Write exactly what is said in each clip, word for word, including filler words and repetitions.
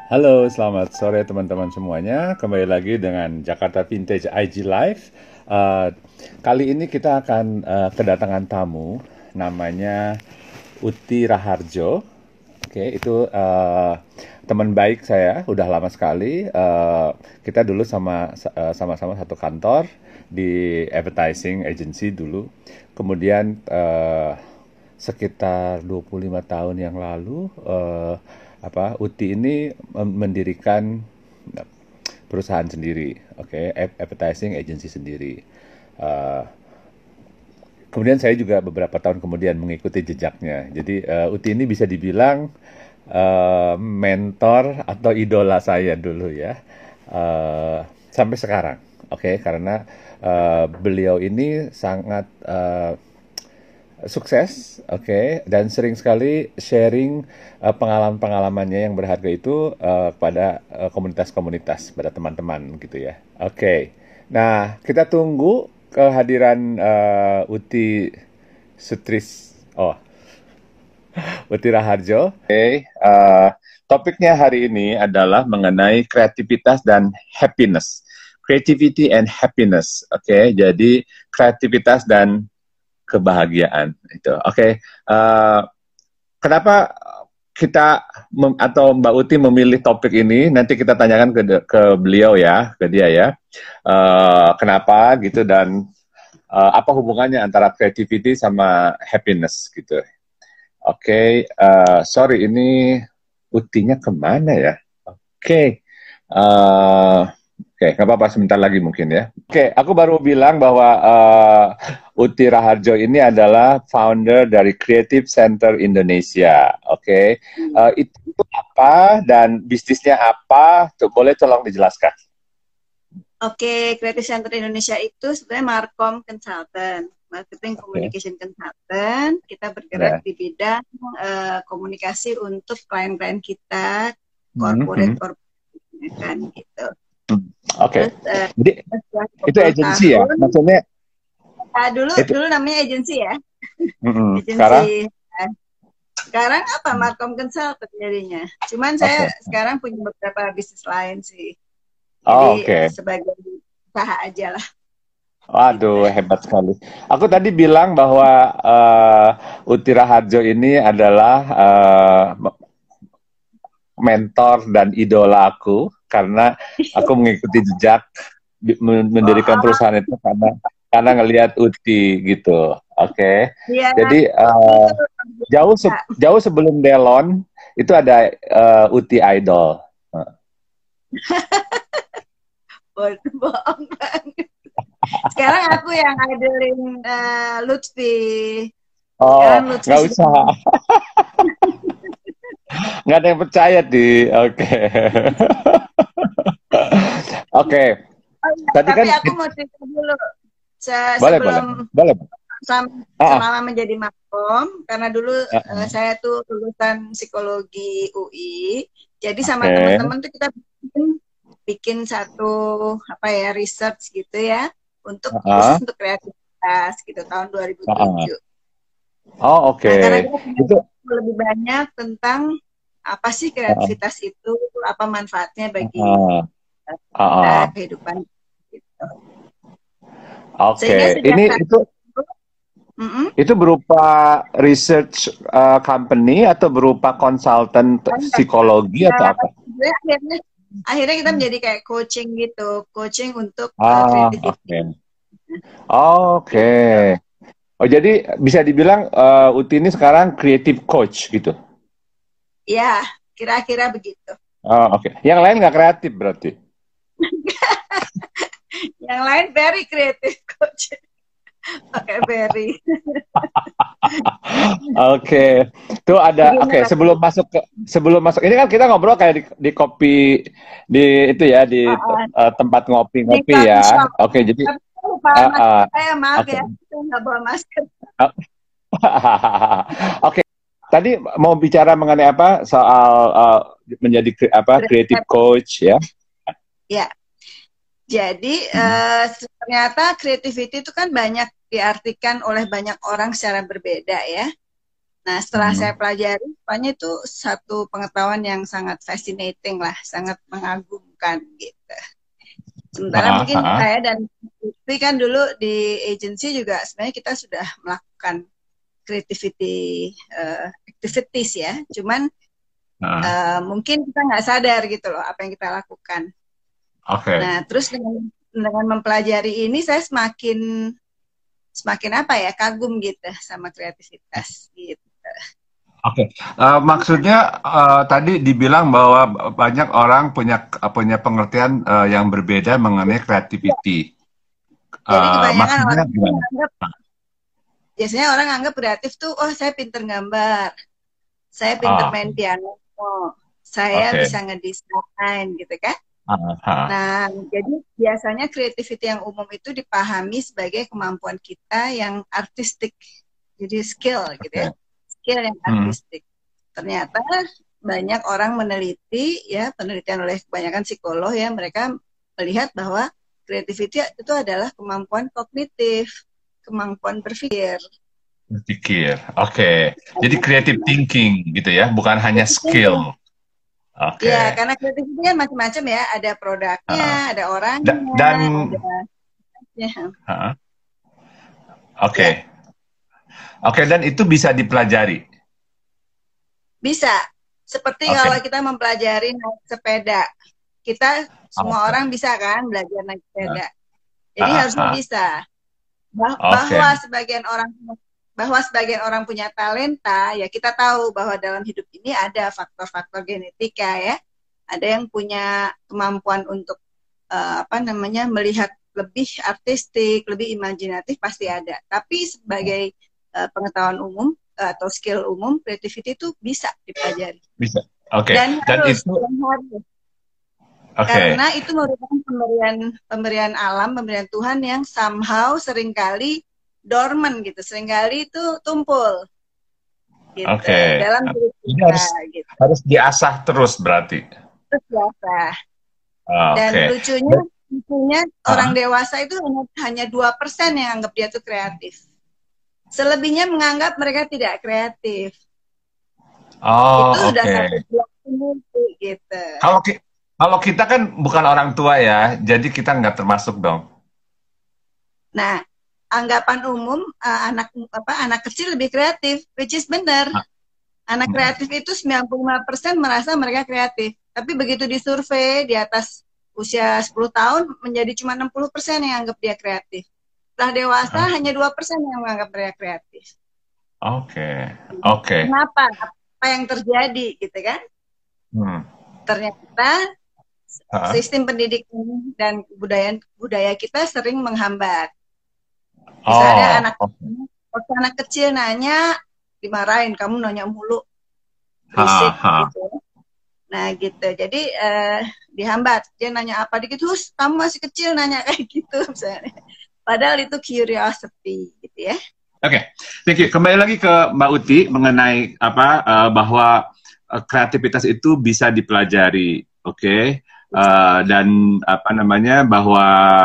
Halo, selamat sore teman-teman semuanya. Kembali lagi dengan Jakarta Vintage I G Live. Eh, kali ini kita akan eh, kedatangan tamu, namanya Uti Raharjo. Oke, itu eh, teman baik saya, udah lama sekali. Eh, kita dulu sama eh, sama-sama satu kantor di advertising agency dulu. Kemudian eh, sekitar dua puluh lima tahun yang lalu eh, apa Uti ini mendirikan perusahaan sendiri, oke, okay? Advertising agency sendiri. Uh, kemudian saya juga beberapa tahun kemudian mengikuti jejaknya. Jadi uh, Uti ini bisa dibilang uh, mentor atau idola saya dulu ya, uh, sampai sekarang, oke, okay? Karena uh, beliau ini sangat uh, sukses, oke, okay, dan sering sekali sharing uh, pengalaman-pengalamannya yang berharga itu uh, kepada uh, komunitas-komunitas, pada teman-teman gitu ya. Oke, okay. Nah kita tunggu kehadiran uh, Uti Sutris, oh Uti Raharjo. Oke, okay. uh, topiknya hari ini adalah mengenai kreativitas dan happiness, creativity and happiness, oke, okay? Jadi kreativitas dan kebahagiaan itu. Oke, okay. uh, kenapa kita mem, atau Mbak Uti memilih topik ini? Nanti kita tanyakan ke, ke beliau ya, ke dia ya. Uh, kenapa gitu dan uh, apa hubungannya antara creativity sama happiness gitu. Oke, okay. uh, sorry ini Utinya kemana ya? Oke. Okay. Uh, Oke, okay, nggak apa-apa, sebentar lagi mungkin ya. Oke, okay, aku baru bilang bahwa uh, Uti Raharjo ini adalah founder dari Creative Center Indonesia. Oke, okay. uh, itu apa dan bisnisnya apa? Tuh, boleh tolong dijelaskan? Oke, okay, Creative Center Indonesia itu sebenarnya Markom Consultant, Marketing Communication okay. Consultant. Kita bergerak yeah. di bidang uh, komunikasi untuk klien-klien kita, corporate, mm-hmm. corporate kan gitu. Oke, okay. uh, jadi itu agensi ya, maksudnya? Nah, dulu itu. dulu namanya agensi ya. Mm-hmm. Agensi. Sekarang? Sekarang apa? Markom Consultant jadinya. Cuman saya okay. sekarang punya beberapa bisnis lain sih. Jadi oh, okay. sebagai usaha aja lah. Waduh, hebat sekali. Aku tadi bilang bahwa uh, Uti Raharjo ini adalah uh, mentor dan idola aku, karena aku mengikuti jejak mendirikan perusahaan itu karena karena ngelihat Uti gitu, oke. Okay? Ya, jadi uh, jauh se jauh sebelum Delon itu ada uh, Uti Idol. Bohong banget. Sekarang aku yang idolin uh, Lutfi. Oh, nggak usah. Nggak ada yang percaya di, oke. Okay. Oke. Okay. Oh, ya, tapi kan aku mau cerita dulu. Se boleh, sebelum boleh. Boleh. Sama, selama menjadi makom, karena dulu uh -uh. Uh, saya tuh lulusan psikologi U I. Jadi sama okay. teman-teman tuh kita bikin, bikin satu apa ya research gitu ya untuk uh -uh. khusus untuk kreativitas gitu tahun dua ribu tujuh. Uh -uh. Oh oke. Okay. Nah, karena kita itu lebih banyak tentang apa sih kreativitas uh -uh. itu, apa manfaatnya bagi uh -uh. Uh -uh. kehidupan gitu. Oke. Okay. Ini itu mm-hmm. itu berupa research uh, company atau berupa konsultan psikologi ya, atau apa? Akhirnya, akhirnya kita menjadi kayak coaching gitu, coaching untuk ah, uh, creativity. Oke. Okay. Oke. Okay. Oh jadi bisa dibilang uh, Uti ini sekarang creative coach gitu? Iya, kira-kira begitu. Oh oke. Okay. Yang lain nggak kreatif berarti? Yang lain very creative coach. Oke, very. Oke, tuh ada. Oke, okay, sebelum masuk ke sebelum masuk ini kan kita ngobrol kayak di, di kopi di itu ya di uh, uh, tempat ngopi-ngopi ya. Oke, okay, jadi. Lupa uh, uh, saya maaf okay. ya, saya nggak bawa masker. Oke, okay. Tadi mau bicara mengenai apa soal uh, menjadi apa creative coach ya? Ya. Jadi hmm. uh, ternyata creativity itu kan banyak diartikan oleh banyak orang secara berbeda ya. Nah, setelah Hmm. saya pelajari, rupanya itu satu pengetahuan yang sangat fascinating lah, sangat mengagumkan gitu. Sementara Ha, mungkin ha. saya dan Lutfi kan dulu di agency juga sebenarnya kita sudah melakukan creativity uh, activities ya, cuman Ha. uh, mungkin kita nggak sadar gitu loh apa yang kita lakukan. Oke. Okay. Nah, terus dengan dengan mempelajari ini saya semakin semakin apa ya kagum gitu sama kreativitas gitu. Oke, okay. uh, maksudnya uh, tadi dibilang bahwa banyak orang punya punya pengertian uh, yang berbeda mengenai creativity. Jadi Uh, kebanyakan maksudnya orang gimana? anggap, biasanya orang anggap kreatif tuh, oh saya pinter gambar, saya pinter Ah, main piano, oh, saya oke. bisa ngedesain gitu kan. Ah, ah. Nah, jadi biasanya creativity yang umum itu dipahami sebagai kemampuan kita yang artistik, jadi skill gitu ya, skill yang artistik. Hmm. Ternyata banyak orang meneliti ya, penelitian oleh kebanyakan psikolog ya, mereka melihat bahwa creativity itu adalah kemampuan kognitif, kemampuan berpikir. Berpikir, oke. Okay. Jadi creative thinking gitu ya, bukan hanya skill. Oke. Okay. Ya, karena creativity kan macam-macam ya, ada produknya, uh, ada orangnya, da dan ada. Ya. Uh, Oke. Okay. Ya. Oke, okay, dan itu bisa dipelajari. Bisa. Seperti okay. kalau kita mempelajari naik sepeda, kita semua okay. orang bisa kan belajar naik sepeda. Uh. Jadi uh, harusnya uh. bisa. Bah okay. Bahwa sebagian orang bahwa sebagian orang punya talenta, ya kita tahu bahwa dalam hidup ini ada faktor-faktor genetika ya. Ada yang punya kemampuan untuk uh, apa namanya melihat lebih artistik, lebih imajinatif pasti ada. Tapi sebagai uh, pengetahuan umum uh, atau skill umum, creativity itu bisa dipelajari. Bisa. Oke. Okay. Dan, Dan harus, itu dan harus. Okay. Karena itu merupakan pemberian pemberian alam, pemberian Tuhan yang somehow seringkali dormant gitu, seringkali itu tumpul gitu, okay. dalam diri kita harus, gitu. Harus diasah terus berarti. Terus diasah. Oh, dan okay. lucunya, lucunya uh-huh. orang dewasa itu hanya dua persen yang anggap dia tuh kreatif. Selebihnya menganggap mereka tidak kreatif. Oh, itu sudah okay. satu blok gitu. Kalau ki kalau kita kan bukan orang tua ya, jadi kita nggak termasuk dong. Nah, anggapan umum uh, anak apa anak kecil lebih kreatif, which is benar. Anak kreatif itu sembilan puluh lima persen merasa mereka kreatif. Tapi begitu disurvei di atas usia sepuluh tahun menjadi cuma enam puluh persen yang anggap dia kreatif. Setelah dewasa oh. hanya dua persen yang menganggap mereka kreatif. Oke. Okay. Oke. Okay. Kenapa? Apa yang terjadi gitu kan? Hmm. Ternyata uh-huh. sistem pendidikan dan budaya budaya kita sering menghambat. Misalnya oh. anak waktu anak kecil nanya dimarahin, kamu nanya mulu, berisik gitu. Nah gitu, jadi eh, dihambat. Dia nanya apa dikit, hus, kamu masih kecil nanya kayak gitu misalnya. Padahal itu curiosity gitu ya. Oke, okay. Thank you. Kembali lagi ke Mbak Uti mengenai apa uh, bahwa uh, kreativitas itu bisa dipelajari, oke? Okay? Uh, dan apa namanya bahwa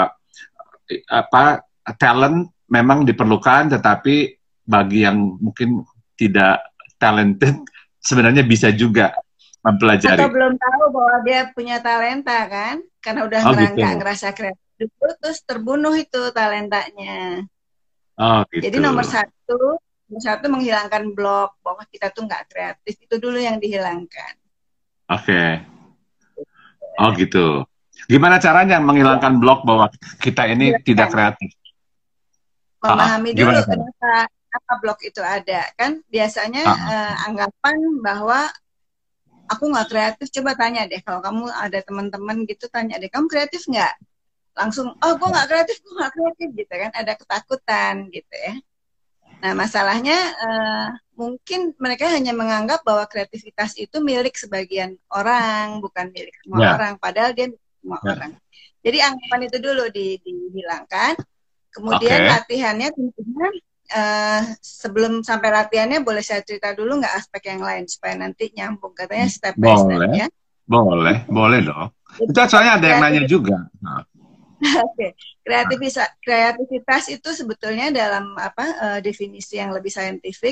apa talent memang diperlukan, tetapi bagi yang mungkin tidak talented sebenarnya bisa juga mempelajari. Atau belum tahu bahwa dia punya talenta kan, karena udah oh, ngerangka gitu. Ngerasa kreatif, terus terbunuh itu talentanya. Oh, gitu. Jadi nomor satu, nomor satu menghilangkan blok bahwa kita tuh nggak kreatif, itu dulu yang dihilangkan. Oke. Okay. Oh gitu. Gimana caranya menghilangkan blok bahwa kita ini ya, tidak kreatif? Memahami ah, dulu kenapa apa blok itu ada kan. Biasanya ah. uh, anggapan bahwa aku nggak kreatif. Coba tanya deh kalau kamu ada teman-teman gitu, tanya deh kamu kreatif nggak? Langsung oh gue nggak kreatif, gue nggak kreatif gitu kan. Ada ketakutan gitu ya. Nah masalahnya uh, mungkin mereka hanya menganggap bahwa kreativitas itu milik sebagian orang, bukan milik semua yeah. orang. Padahal dia milik semua yeah. orang. Jadi anggapan itu dulu di, dihilangkan. Kemudian okay. latihannya tentunya uh, sebelum sampai latihannya boleh saya cerita dulu nggak aspek yang lain supaya nanti nyambung, katanya step by step boleh. ya. Boleh, boleh dong. Itu soalnya ada yang nanya juga. Nah. Oke, okay. kreativitas kreativitas itu sebetulnya dalam apa uh, definisi yang lebih saintifik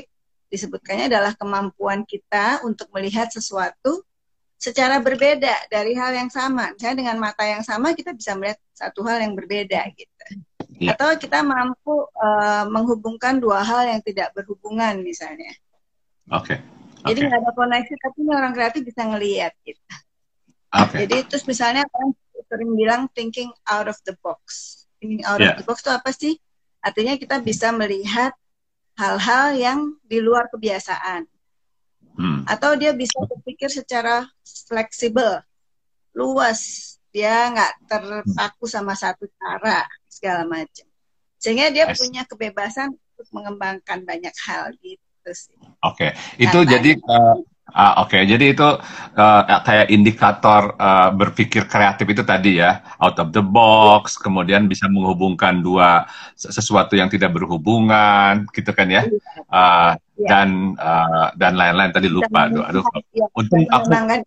disebutkannya adalah kemampuan kita untuk melihat sesuatu secara berbeda dari hal yang sama. Misalnya dengan mata yang sama kita bisa melihat satu hal yang berbeda gitu. Yeah. Atau kita mampu uh, menghubungkan dua hal yang tidak berhubungan misalnya. Oke. Okay. Jadi nggak okay. ada koneksi, tapi orang kreatif bisa ngelihat gitu. Okay. Jadi terus misalnya orang sering bilang thinking out of the box. Thinking out yeah. of the box itu apa sih? Artinya kita bisa melihat hal-hal yang di luar kebiasaan. Hmm. Atau dia bisa berpikir secara fleksibel, luas. Dia nggak terpaku sama satu cara, segala macam. Sehingga dia yes. punya kebebasan untuk mengembangkan banyak hal gitu sih. Oke, okay. itu nah, jadi... Uh... Ah, Oke, okay. Jadi itu uh, kayak indikator uh, berpikir kreatif itu tadi ya, out of the box, kemudian bisa menghubungkan dua sesuatu yang tidak berhubungan, gitu kan ya, uh, ya. dan uh, dan lain-lain tadi lupa, aduh, aduh. Ya, untuk aku,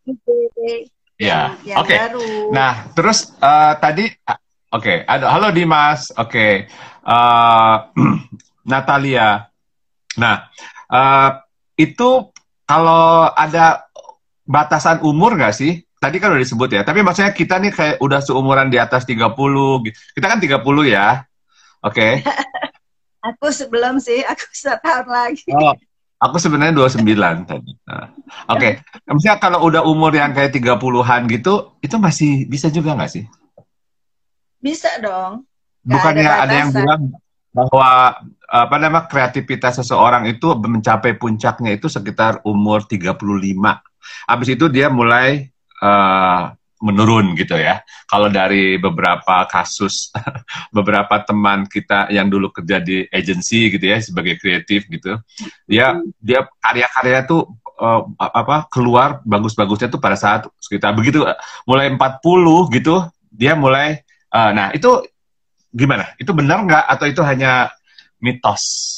ya, oke. Okay. Nah, terus uh, tadi, oke, okay. ada, halo Dimas, oke, okay. uh, Natalia, nah uh, itu kalau ada batasan umur nggak sih? Tadi kan udah disebut ya, tapi maksudnya kita nih kayak udah seumuran di atas tiga puluh, gitu. Kita kan tiga puluh ya, oke? Okay. Aku sebelum sih, aku setahun lagi. Oh, aku sebenarnya dua puluh sembilan tadi. Nah, oke, okay. Maksudnya kalau udah umur yang kayak tiga puluhan gitu, itu masih bisa juga nggak sih? Bisa dong. Gak Bukannya ada, ada yang bilang bahwa apa nama kreativitas seseorang itu mencapai puncaknya itu sekitar umur tiga puluh lima. Habis itu dia mulai uh, menurun gitu ya. Kalau dari beberapa kasus beberapa teman kita yang dulu kerja di agensi gitu ya sebagai kreatif gitu. Dia dia karya-karya tuh uh, apa keluar bagus-bagusnya tuh pada saat sekitar begitu mulai empat puluh gitu dia mulai uh, nah itu gimana? Itu benar nggak atau itu hanya mitos?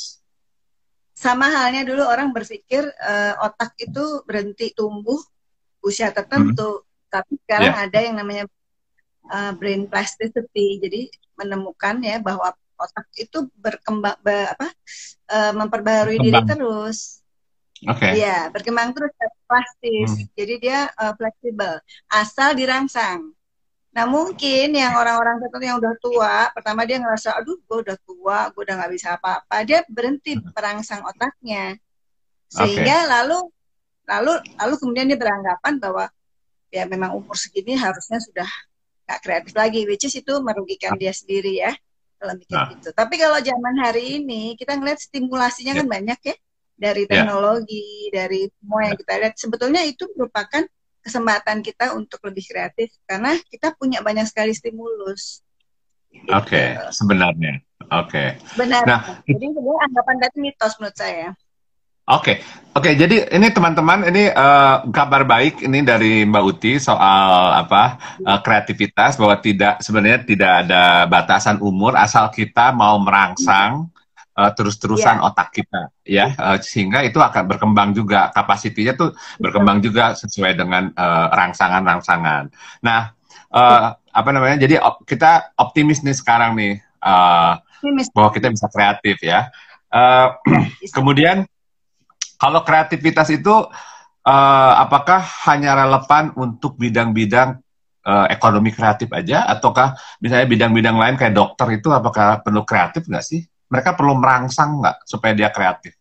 Sama halnya dulu orang berpikir uh, otak itu berhenti tumbuh usia tertentu, hmm. tapi sekarang yeah. ada yang namanya uh, brain plasticity. Jadi menemukan ya bahwa otak itu berkembang, be, apa, uh, memperbaharui berkembang. diri terus. Oke. Okay. Iya, berkembang terus, plastis. Hmm. Jadi dia uh, fleksibel, asal dirangsang. Nah mungkin yang orang-orang tertentu yang udah tua, pertama dia ngerasa, aduh gue udah tua, gue udah nggak bisa apa-apa, dia berhenti merangsang otaknya, sehingga okay. lalu lalu lalu kemudian dia beranggapan bahwa ya memang umur segini harusnya sudah nggak kreatif lagi, which is itu merugikan dia sendiri ya kalau mikir nah. gitu. Tapi kalau zaman hari ini kita ngeliat stimulasinya yeah. kan banyak ya, dari teknologi, yeah. dari semua yang kita lihat, sebetulnya itu merupakan kesempatan kita untuk lebih kreatif karena kita punya banyak sekali stimulus. Oke, okay, gitu. sebenarnya. Oke. Okay. Benar. Nah, jadi sebenarnya anggapan dari mitos menurut saya. Oke, okay. oke. Okay, jadi ini teman-teman, ini uh, kabar baik ini dari Mbak Uti soal apa uh, kreativitas bahwa tidak sebenarnya tidak ada batasan umur asal kita mau merangsang uh, terus-terusan yeah. otak kita, ya, uh, sehingga itu akan berkembang juga, kapasitinya tuh berkembang juga sesuai dengan uh, rangsangan-rangsangan. Nah, uh, apa namanya? Jadi op kita optimis nih sekarang nih uh, bahwa kita bisa kreatif ya. Uh, kemudian kalau kreativitas itu uh, apakah hanya relevan untuk bidang-bidang uh, ekonomi kreatif aja, ataukah misalnya bidang-bidang lain kayak dokter itu apakah perlu kreatif nggak sih? Mereka perlu merangsang nggak supaya dia kreatif?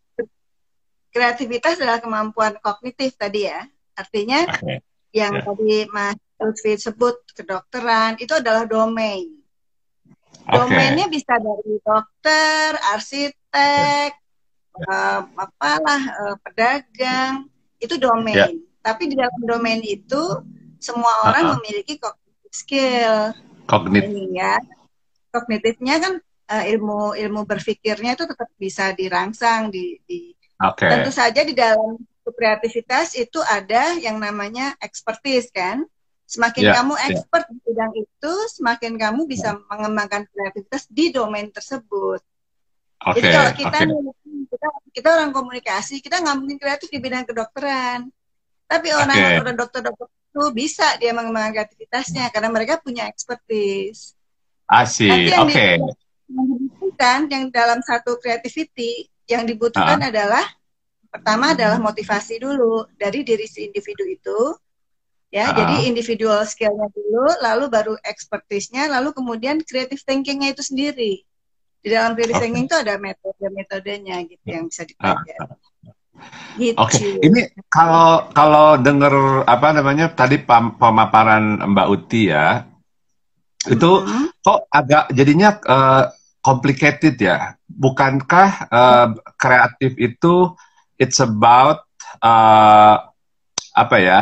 Kreativitas adalah kemampuan kognitif tadi ya. Artinya okay. yang yeah. tadi Mas Lutfi sebut kedokteran itu adalah domain. Okay. Domainnya bisa dari dokter, arsitek, okay. uh, apalah uh, pedagang, itu domain. Yeah. Tapi di dalam domain itu semua orang uh-huh. memiliki cognitive skill. Kognitif. Ya. Kognitifnya kan uh, ilmu ilmu berpikirnya itu tetap bisa dirangsang di, di okay. tentu saja di dalam kreativitas itu ada yang namanya expertise kan. Semakin yeah, kamu expert yeah. di bidang itu, semakin kamu bisa yeah. mengembangkan kreativitas di domain tersebut. Okay, jadi kalau kita, okay. kita kita orang komunikasi, kita nggak mungkin kreatif di bidang kedokteran. Tapi orang okay. orang dokter-dokter itu bisa dia mengembangkan kreativitasnya karena mereka punya expertise. Asik. Oke. Okay. Yang dibutuhkan yang dalam satu creativity yang dibutuhkan uh. adalah Pertama adalah motivasi dulu dari diri si individu itu, ya. Ah. Jadi individual skill-nya dulu, lalu baru expertise-nya, lalu kemudian creative thinking-nya itu sendiri. Di dalam creative Okay. thinking itu ada metode-metodenya gitu yang bisa dipelajari. Ah. Gitu. Oke, okay. Ini kalau kalau dengar apa namanya tadi pemaparan Mbak Uti ya, itu mm-hmm. kok agak jadinya uh, complicated ya. Bukankah uh, kreatif itu it's about uh, apa ya,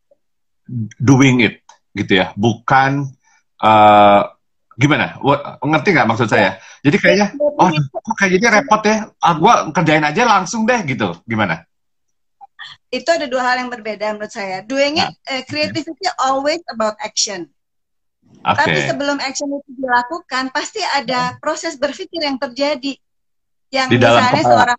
doing it gitu ya, bukan uh, gimana? Ngerti nggak maksud saya? Jadi kayaknya, oh kok kayak jadi repot ya, ah, gue kerjain aja langsung deh gitu, gimana? Itu ada dua hal yang berbeda menurut saya. Doing it, nah, uh, creativity okay. always about action. Okay. Tapi sebelum action itu dilakukan, pasti ada proses berpikir yang terjadi. Yang di misalnya seorang,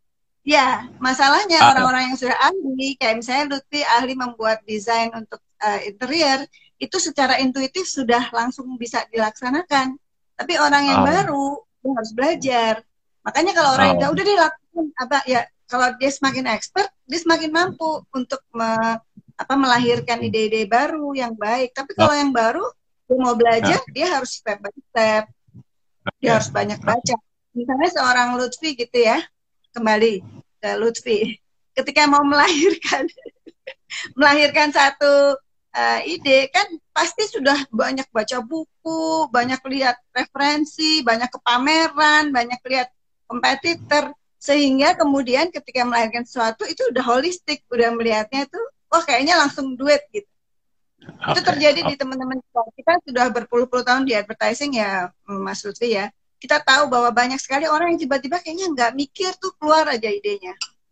ya masalahnya uh, orang-orang yang sudah ahli, kayak misalnya Lutfi ahli membuat desain untuk uh, interior, itu secara intuitif sudah langsung bisa dilaksanakan. Tapi orang yang uh, baru, dia harus belajar. Makanya kalau orang uh, yang udah dilakukan, apa ya, kalau dia semakin expert, dia semakin mampu untuk me, apa, melahirkan ide-ide baru yang baik. Tapi kalau yang baru, dia mau belajar, okay. dia harus step by step. Dia okay. harus banyak baca. Misalnya seorang Lutfi gitu ya, kembali ke Lutfi. Ketika mau melahirkan melahirkan satu uh, ide, kan pasti sudah banyak baca buku, banyak lihat referensi, banyak ke pameran, banyak lihat kompetitor. Sehingga kemudian ketika melahirkan sesuatu itu udah holistik, udah melihatnya itu, oh kayaknya langsung duet gitu. Okay. Itu terjadi okay. di teman-teman kita. Kita sudah berpuluh-puluh tahun di advertising ya, Mas Lutfi ya. Kita tahu bahwa banyak sekali orang yang tiba-tiba kayaknya nggak mikir tuh keluar aja idenya.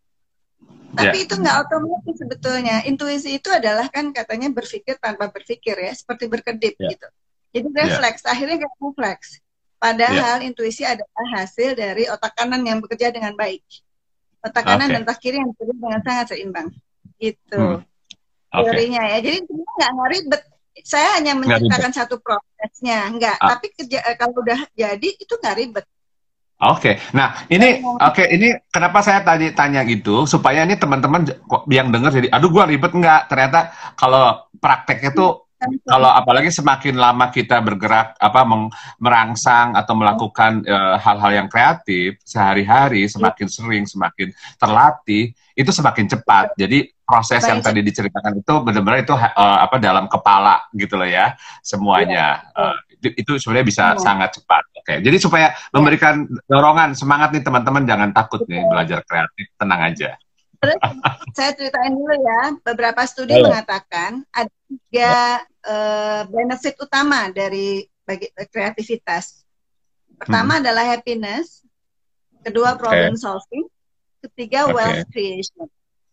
Tapi yeah. itu nggak otomatis sebetulnya. Intuisi itu adalah kan katanya berpikir tanpa berpikir ya, seperti berkedip yeah. gitu. Jadi refleks, yeah. akhirnya nggak refleks. Padahal yeah. intuisi adalah hasil dari otak kanan yang bekerja dengan baik. Otak kanan okay. dan otak kiri yang bekerja dengan sangat seimbang. Gitu. Hmm. Okay. Teorinya ya. Jadi sebenarnya nggak ribet. Saya hanya menciptakan satu prosesnya. Enggak. Ah. Tapi kerja, kalau udah jadi, itu nggak ribet. Oke. Okay. Nah, ini oke, okay, ini kenapa saya tadi tanya gitu, supaya ini teman-teman yang dengar jadi, aduh gua ribet enggak. Ternyata kalau prakteknya tuh kalau apalagi semakin lama kita bergerak apa merangsang atau melakukan hal-hal uh, yang kreatif sehari-hari, semakin sering, semakin terlatih, itu semakin cepat. Jadi proses Baik. yang tadi diceritakan itu benar-benar itu uh, apa dalam kepala gitu loh ya semuanya. Ya. Uh, itu, itu sebenarnya bisa ya. sangat cepat. Oke. Okay. Jadi supaya ya. memberikan dorongan semangat nih teman-teman, jangan takut nih belajar kreatif, tenang aja. Terus saya ceritain dulu ya, beberapa studi Halo. mengatakan ada tiga uh, benefit utama dari bagi kreativitas. Pertama hmm. adalah happiness, kedua problem okay. solving, ketiga okay. wealth creation.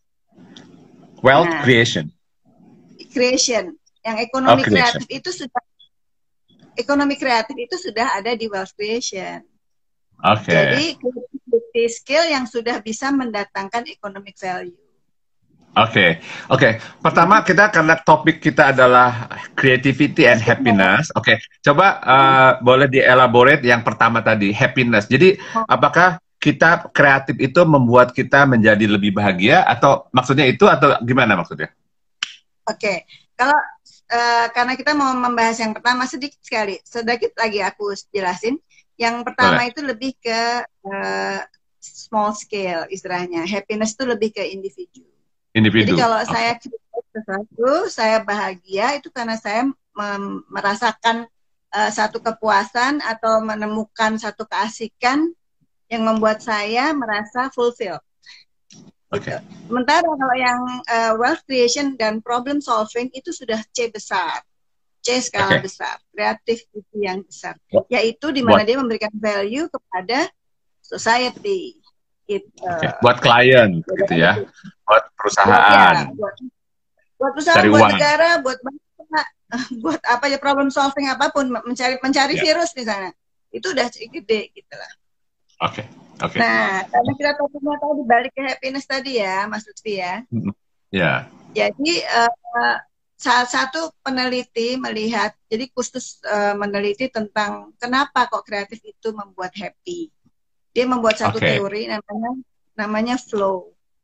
Wealth nah, creation. Creation, yang ekonomi oh, kreatif itu sudah ekonomi kreatif itu sudah ada di wealth creation. Oke. Okay. Jadi creativity skill yang sudah bisa mendatangkan economic value. Oke, okay. oke. Okay. Pertama kita karena topik kita adalah creativity and happiness. Oke, okay. coba uh, boleh dielaborate yang pertama tadi happiness. Jadi apakah kita kreatif itu membuat kita menjadi lebih bahagia atau maksudnya itu atau gimana maksudnya? Oke, okay. kalau uh, karena kita mau membahas yang pertama sedikit sekali, sedikit lagi aku jelasin. Yang pertama Boleh. itu lebih ke uh, small scale istilahnya. Happiness itu lebih ke individu. Individu. Jadi kalau okay. saya sesuatu, saya bahagia itu karena saya merasakan uh, satu kepuasan atau menemukan satu keasikan yang membuat saya merasa fulfilled. Okay. Gitu. Sementara kalau yang uh, wealth creation dan problem solving itu sudah C besar. C skala okay. besar, kreativiti yang besar, What? yaitu di mana dia memberikan value kepada society. Gitu. Okay. Buat klien, Buat gitu ya, buat perusahaan, ya, buat, buat perusahaan, buat uang. negara, buat bangsa, buat apa ya problem solving apapun, mencari mencari yeah. virus di sana, itu udah gede gitulah. Oke, okay. oke. Okay. Nah, karena kita topiknya tadi balik ke happiness tadi ya, Mas Lutfi ya. Ya. Yeah. Jadi uh, salah satu peneliti melihat, jadi khusus uh, meneliti tentang kenapa kok kreatif itu membuat happy. Dia membuat satu okay. teori namanya namanya flow.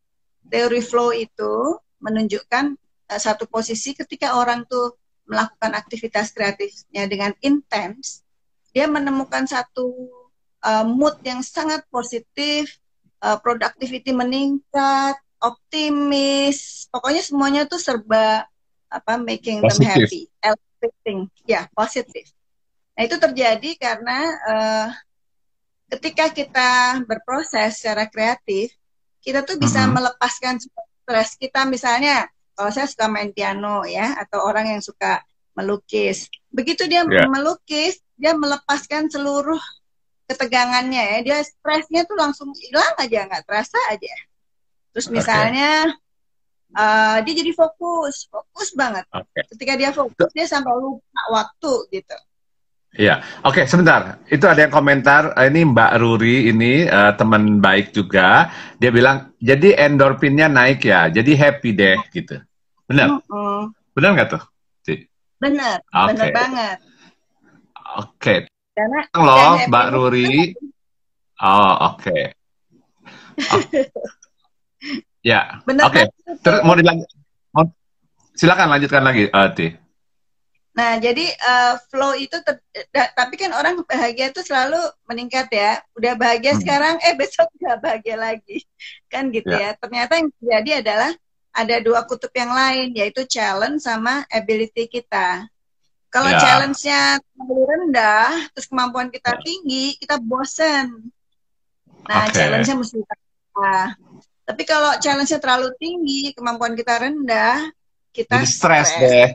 teori flow itu menunjukkan uh, satu posisi ketika orang tuh melakukan aktivitas kreatifnya dengan intens, dia menemukan satu uh, mood yang sangat positif, uh, productivity meningkat, optimis, pokoknya semuanya tuh serba apa making Positif. them happy, elevating, ya positif. Nah itu terjadi karena uh, ketika kita berproses secara kreatif, kita tuh bisa mm-hmm. melepaskan stres kita. Misalnya, kalau saya suka main piano ya, atau orang yang suka melukis, begitu dia yeah. melukis, dia melepaskan seluruh ketegangannya ya, dia stresnya tuh langsung hilang aja, nggak terasa aja. Terus misalnya okay. uh, dia jadi fokus, fokus banget. Okay. Ketika dia fokus, dia sampai lupa waktu gitu. Iya, oke okay, sebentar. Itu ada yang komentar, ini Mbak Ruri ini uh, teman baik juga. Dia bilang, jadi endorfinnya naik ya, jadi happy deh gitu. Benar? Mm-hmm. Benar nggak tuh? Benar, okay. benar banget. Oke. Okay. Karena loh Mbak Ruri. Oh oke. Okay. Oh. Ya, oke. Okay. Terus mau dilanjut? Silakan lanjutkan lagi, uh, Ti. Nah, jadi uh, flow itu, ter- tapi kan orang bahagia itu selalu meningkat ya. Udah bahagia hmm. sekarang, eh besok nggak bahagia lagi. Kan gitu ya. ya. Ternyata yang terjadi adalah ada dua kutub yang lain, yaitu challenge sama ability kita. Kalau ya. challenge-nya terlalu rendah, terus kemampuan kita ya. tinggi, kita bosen. Nah, okay. challenge-nya mesti kita. Tapi kalau challenge-nya terlalu tinggi, kemampuan kita rendah, kita stres deh.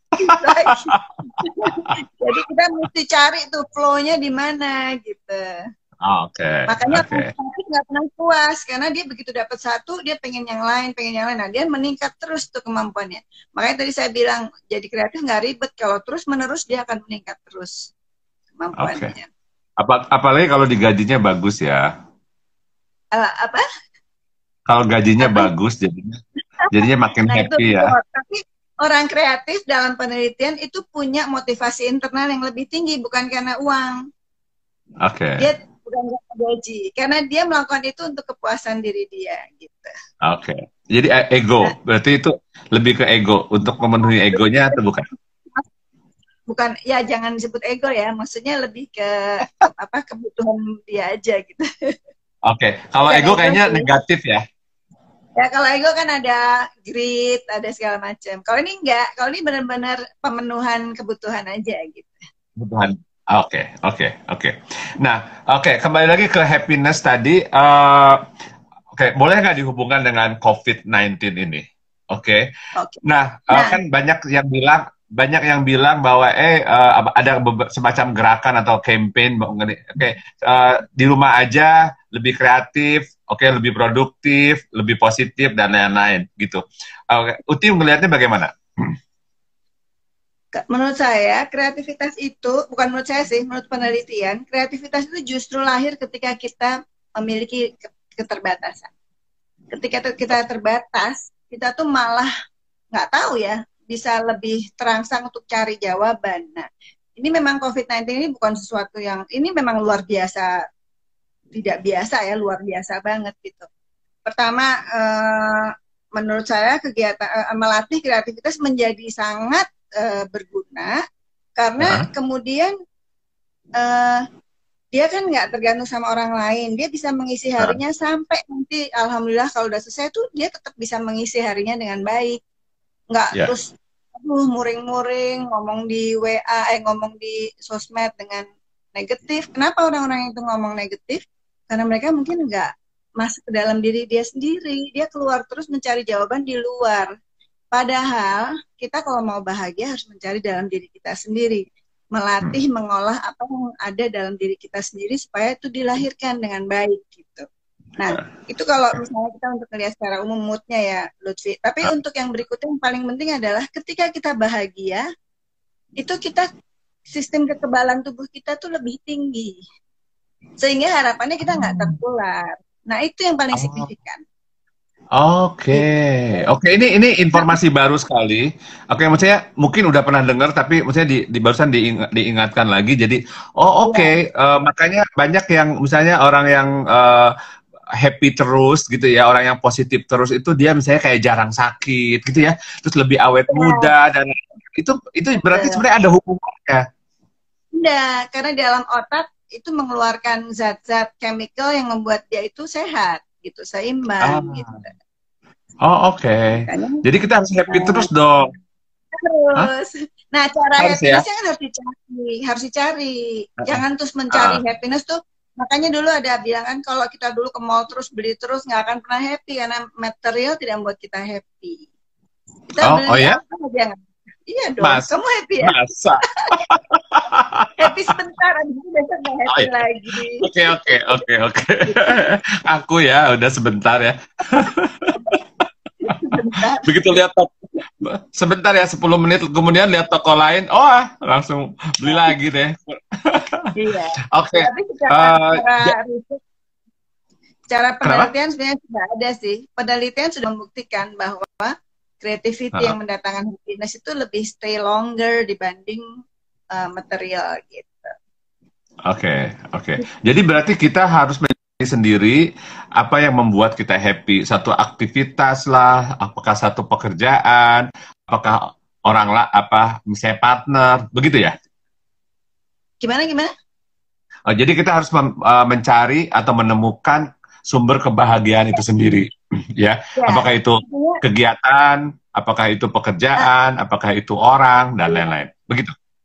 Jadi kita mesti cari tuh flow-nya di mana gitu. Oke. Okay. Makanya okay. kreatif nggak pernah puas karena dia begitu dapat satu dia pengen yang lain, pengen yang lain. Nah dia meningkat terus tuh kemampuannya. Makanya tadi saya bilang jadi kreatif nggak ribet, kalau terus menerus dia akan meningkat terus kemampuannya. Okay. Apa, apalagi kalau digajinya bagus ya. Uh, apa? Kalau gajinya apa? bagus jadinya jadinya makin nah, happy itu, ya. Tapi orang kreatif dalam penelitian itu punya motivasi internal yang lebih tinggi, bukan karena uang. Oke. Okay. Dia bukan karena gaji, karena dia melakukan itu untuk kepuasan diri dia, gitu. Oke. Okay. Jadi ego, nah, berarti itu lebih ke ego, untuk memenuhi egonya atau bukan? Bukan, ya jangan disebut ego ya, maksudnya lebih ke apa kebutuhan dia aja gitu. Oke. Okay. Kalau ego kayaknya ego negatif ya. Ya kalau ego kan ada greed, ada segala macam. Kalau ini enggak, kalau ini benar-benar pemenuhan kebutuhan aja gitu. Kebutuhan. Oke, okay, oke, okay, oke. Okay. Nah, oke okay, kembali lagi ke happiness tadi. Uh, oke, okay, boleh nggak dihubungkan dengan COVID sembilan belas ini? Oke. Okay? Okay. Nah, nah. Uh, kan banyak yang bilang, banyak yang bilang bahwa eh uh, ada semacam gerakan atau campaign, oke, okay, uh, di rumah aja lebih kreatif. Oke, okay, lebih produktif, lebih positif, dan lain-lain, gitu. Uh, Uti melihatnya bagaimana? Menurut saya, kreativitas itu, bukan menurut saya sih, menurut penelitian, kreativitas itu justru lahir ketika kita memiliki keterbatasan. Ketika kita terbatas, kita tuh malah nggak tahu ya, bisa lebih terangsang untuk cari jawaban. Nah, ini memang COVID sembilan belas ini bukan sesuatu yang, ini memang luar biasa, tidak biasa ya, luar biasa banget gitu. Pertama, eh, menurut saya kegiatan eh, melatih kreativitas menjadi sangat eh, berguna karena uh-huh. kemudian eh, dia kan nggak tergantung sama orang lain, dia bisa mengisi harinya uh-huh. sampai nanti alhamdulillah kalau udah selesai tuh dia tetap bisa mengisi harinya dengan baik, nggak yeah. terus aduh muring-muring ngomong di W A, eh ngomong di sosmed dengan negatif. Kenapa orang-orang itu ngomong negatif? Karena mereka mungkin nggak masuk ke dalam diri dia sendiri, dia keluar terus mencari jawaban di luar. Padahal kita kalau mau bahagia harus mencari dalam diri kita sendiri, melatih hmm. mengolah apa yang ada dalam diri kita sendiri supaya itu dilahirkan dengan baik gitu. Nah itu kalau misalnya kita untuk melihat secara umum moodnya ya Lutfi. Tapi hmm. untuk yang berikutnya yang paling penting adalah ketika kita bahagia, itu kita sistem kekebalan tubuh kita tuh lebih tinggi. Sehingga harapannya kita nggak tertular. Nah itu yang paling signifikan. Oke, okay. oke okay, ini ini informasi baru sekali. Oke, okay, maksudnya mungkin udah pernah dengar, tapi maksudnya di, di barusan diing, diingatkan lagi. Jadi, oh oke, okay. yeah. uh, makanya banyak yang misalnya orang yang uh, happy terus gitu ya, orang yang positif terus itu dia misalnya kayak jarang sakit gitu ya, terus lebih awet muda dan itu itu berarti sebenarnya ada hubungannya. Enggak, karena di dalam otak itu mengeluarkan zat-zat chemical yang membuat dia itu sehat gitu, seimbang ah. gitu. Oh oke. Okay. Jadi kita harus happy nah, terus dong. Terus. Hah? Nah cara harus happinessnya ya? kan harus dicari, harus dicari. Uh, Jangan terus mencari uh, happiness tuh. Makanya dulu ada bilang kan kalau kita dulu ke mall terus beli terus nggak akan pernah happy karena material tidak membuat kita happy. Kita oh, beli oh ya? apa aja. Iya dong. Mas, kamu happy ya? Masa? Happy sebentar, abis itu besok nggak happy oh, iya. lagi. Oke oke oke oke. Aku ya udah sebentar ya. Sebentar. Begitu lihat toko, sebentar ya sepuluh menit kemudian lihat toko lain, oh ah, langsung beli lagi deh. Iya. Oke. Okay. Tapi secara, uh, secara, ya. riset, secara penelitian sebenarnya sudah ada sih. Penelitian sudah membuktikan bahwa creativity uh-huh. yang mendatangkan happiness itu lebih stay longer dibanding uh, material gitu. Oke, okay, oke. Okay. Jadi berarti kita harus mencari sendiri apa yang membuat kita happy. Satu aktivitas lah, apakah satu pekerjaan, apakah orang lah, apa misalnya partner, begitu ya? Gimana gimana? Oh, jadi kita harus mem- uh, mencari atau menemukan sumber kebahagiaan itu sendiri, ya. ya. Apakah itu kegiatan, apakah itu pekerjaan, apakah itu orang dan lain-lain, begitu.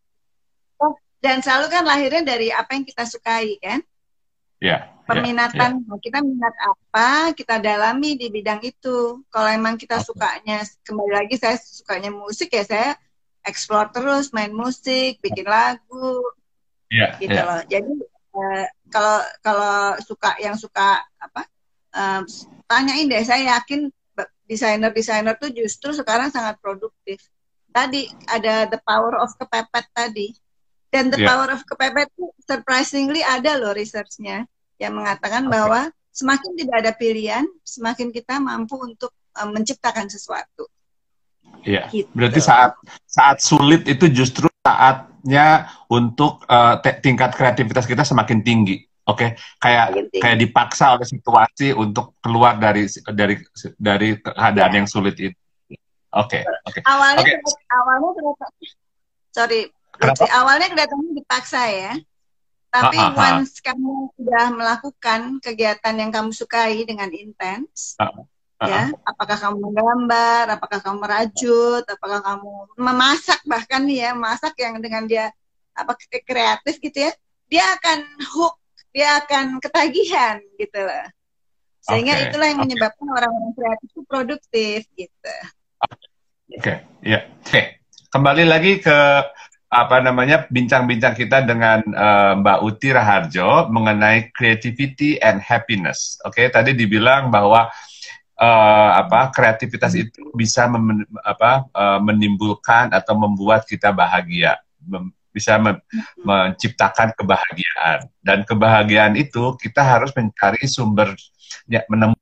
Dan selalu kan lahirnya dari apa yang kita sukai kan? Ya. Peminatan, ya, ya. kita minat apa, kita dalami di bidang itu. Kalau emang kita okay. sukanya, kembali lagi saya sukanya musik ya saya explore terus, main musik, bikin lagu, ya, gitu ya. loh. Jadi uh, kalau kalau suka yang suka apa, uh, tanyain deh. Saya yakin desainer-desainer tuh justru sekarang sangat produktif. Tadi ada the power of kepepet tadi. Dan the yeah. power of kepepet itu surprisingly ada loh research-nya yang mengatakan okay. bahwa semakin tidak ada pilihan, semakin kita mampu untuk um, menciptakan sesuatu. Iya. Yeah. Gitu. Berarti saat saat sulit itu justru saatnya untuk uh, tingkat kreativitas kita semakin tinggi. Oke, okay? kayak tinggi. kayak dipaksa oleh situasi untuk keluar dari dari dari keadaan yeah. yang sulit itu. Oke, okay. oke. Okay. Awalnya okay. awalnya ternyata sorry. Lucu, awalnya kelihatannya dipaksa ya, tapi ha, ha, ha. once kamu sudah melakukan kegiatan yang kamu sukai dengan intens, ha, ha, ya, apakah kamu menggambar, apakah kamu merajut, apakah kamu memasak bahkan ya, masak yang dengan dia apa kreatif gitu ya, dia akan hook, dia akan ketagihan gitu loh, sehingga okay, itulah yang okay. menyebabkan orang-orang kreatif itu produktif gitu. Oke, okay, ya, oke, okay. Kembali lagi ke apa namanya bincang-bincang kita dengan uh, Mbak Uti Raharjo mengenai creativity and happiness. Oke, okay? Tadi dibilang bahwa uh, apa kreativitas itu bisa mem, apa, uh, menimbulkan atau membuat kita bahagia, mem, bisa mem, menciptakan kebahagiaan. Dan kebahagiaan itu kita harus mencari sumber, ya, menemukan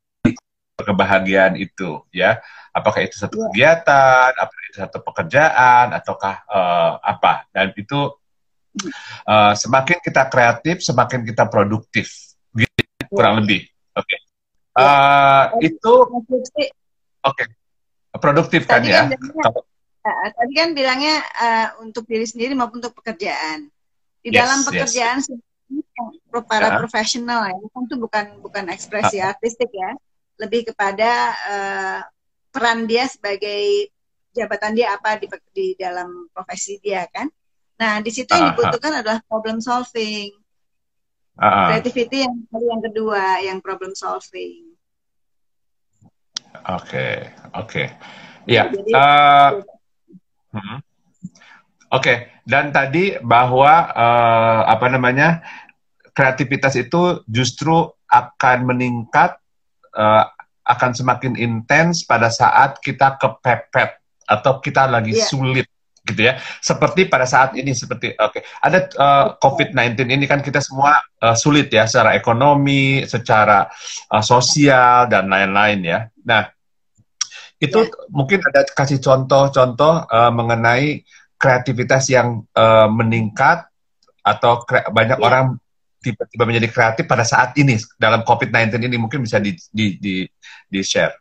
kebahagiaan itu, ya. Apakah itu satu kegiatan, apakah itu satu pekerjaan, ataukah uh, apa. Dan itu uh, semakin kita kreatif, semakin kita produktif. Gitu, kurang lebih. Oke. Okay. Uh, itu oke. Okay. Produktif kan, tadi ya? Kan bilangnya, uh, tadi kan bilangnya uh, untuk diri sendiri maupun untuk pekerjaan. Di yes, dalam pekerjaan yes. para uh. profesional ya, itu bukan bukan ekspresi uh. artistik ya. Lebih kepada uh, peran dia sebagai jabatan dia apa di, di dalam profesi dia kan. Nah di situ yang dibutuhkan uh-huh. adalah problem solving, uh-huh. creativity yang yang kedua yang problem solving. Oke okay. oke okay. ya. Yeah. Uh, uh, oke okay. Dan tadi bahwa uh, apa namanya kreativitas itu justru akan meningkat. Uh, akan semakin intens pada saat kita kepepet atau kita lagi yeah. sulit gitu ya. Seperti pada saat ini seperti oke, okay. ada uh, covid sembilan belas ini kan kita semua uh, sulit ya secara ekonomi, secara uh, sosial dan lain-lain ya. Nah, itu yeah. mungkin ada kasih contoh-contoh uh, mengenai kreativitas yang uh, meningkat atau kre- banyak yeah. orang tiba-tiba menjadi kreatif pada saat ini dalam COVID sembilan belas ini, mungkin bisa di di di, di share.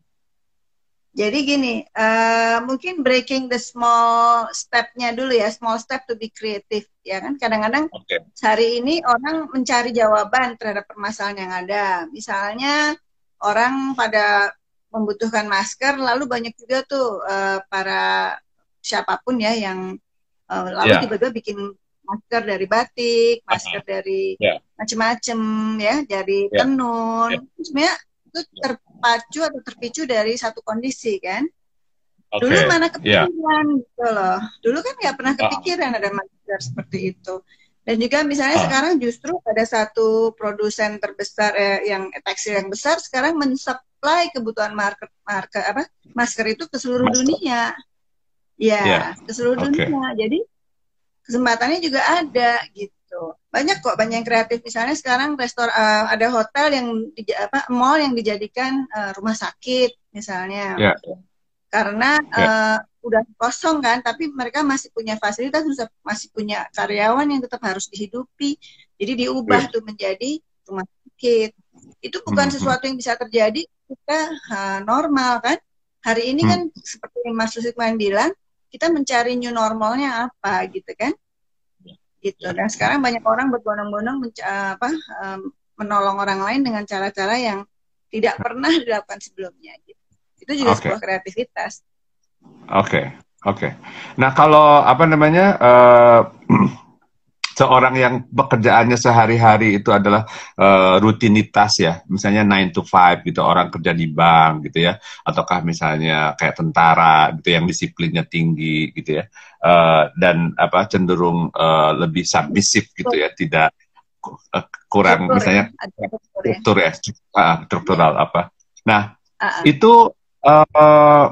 Jadi gini, uh, mungkin breaking the small step-nya dulu ya, small step to be creative, ya kan? Kadang-kadang okay. hari ini orang mencari jawaban terhadap permasalahan yang ada. Misalnya orang pada membutuhkan masker, lalu banyak juga tuh uh, para siapapun ya yang uh, lalu tiba-tiba yeah. bikin masker dari batik, masker uh-huh. dari yeah. macam-macam ya, dari yeah. tenun. Yeah. Sebenarnya itu terpacu atau terpicu dari satu kondisi kan. Okay. Dulu mana kepikiran yeah. gitu loh. Dulu kan nggak pernah kepikiran uh. ada masker seperti itu. Dan juga misalnya uh. sekarang justru ada satu produsen terbesar eh, yang tekstil yang besar sekarang mensupply kebutuhan market market apa masker itu ke seluruh masker. dunia. Ya, yeah. ke seluruh okay. dunia. Jadi kesempatannya juga ada gitu. Banyak kok, banyak yang kreatif. Misalnya sekarang restor uh, ada hotel yang di, apa mall yang dijadikan uh, rumah sakit misalnya. Yeah. Karena yeah. uh, udah kosong kan, tapi mereka masih punya fasilitas, masih punya karyawan yang tetap harus dihidupi. Jadi diubah yeah. tuh menjadi rumah sakit. Itu bukan mm-hmm. sesuatu yang bisa terjadi kita uh, normal kan. Hari ini mm. kan seperti yang Mas Lusitman bilang, kita mencari new normalnya apa gitu kan. Gitu. Dan sekarang banyak orang berbondong-bondong apa um, menolong orang lain dengan cara-cara yang tidak pernah dilakukan sebelumnya. Gitu. Itu juga okay. sebuah kreativitas. Oke, okay. oke. Okay. Nah kalau apa namanya uh, seorang yang pekerjaannya sehari-hari itu adalah uh, rutinitas ya, misalnya nine to five gitu, orang kerja di bank gitu ya, ataukah misalnya kayak tentara gitu yang disiplinnya tinggi gitu ya. Uh, dan apa cenderung uh, lebih submisif gitu ya, tidak uh, kurang struktur, misalnya ya. struktur ya, uh, struktural ya. apa. Nah uh-uh. itu uh,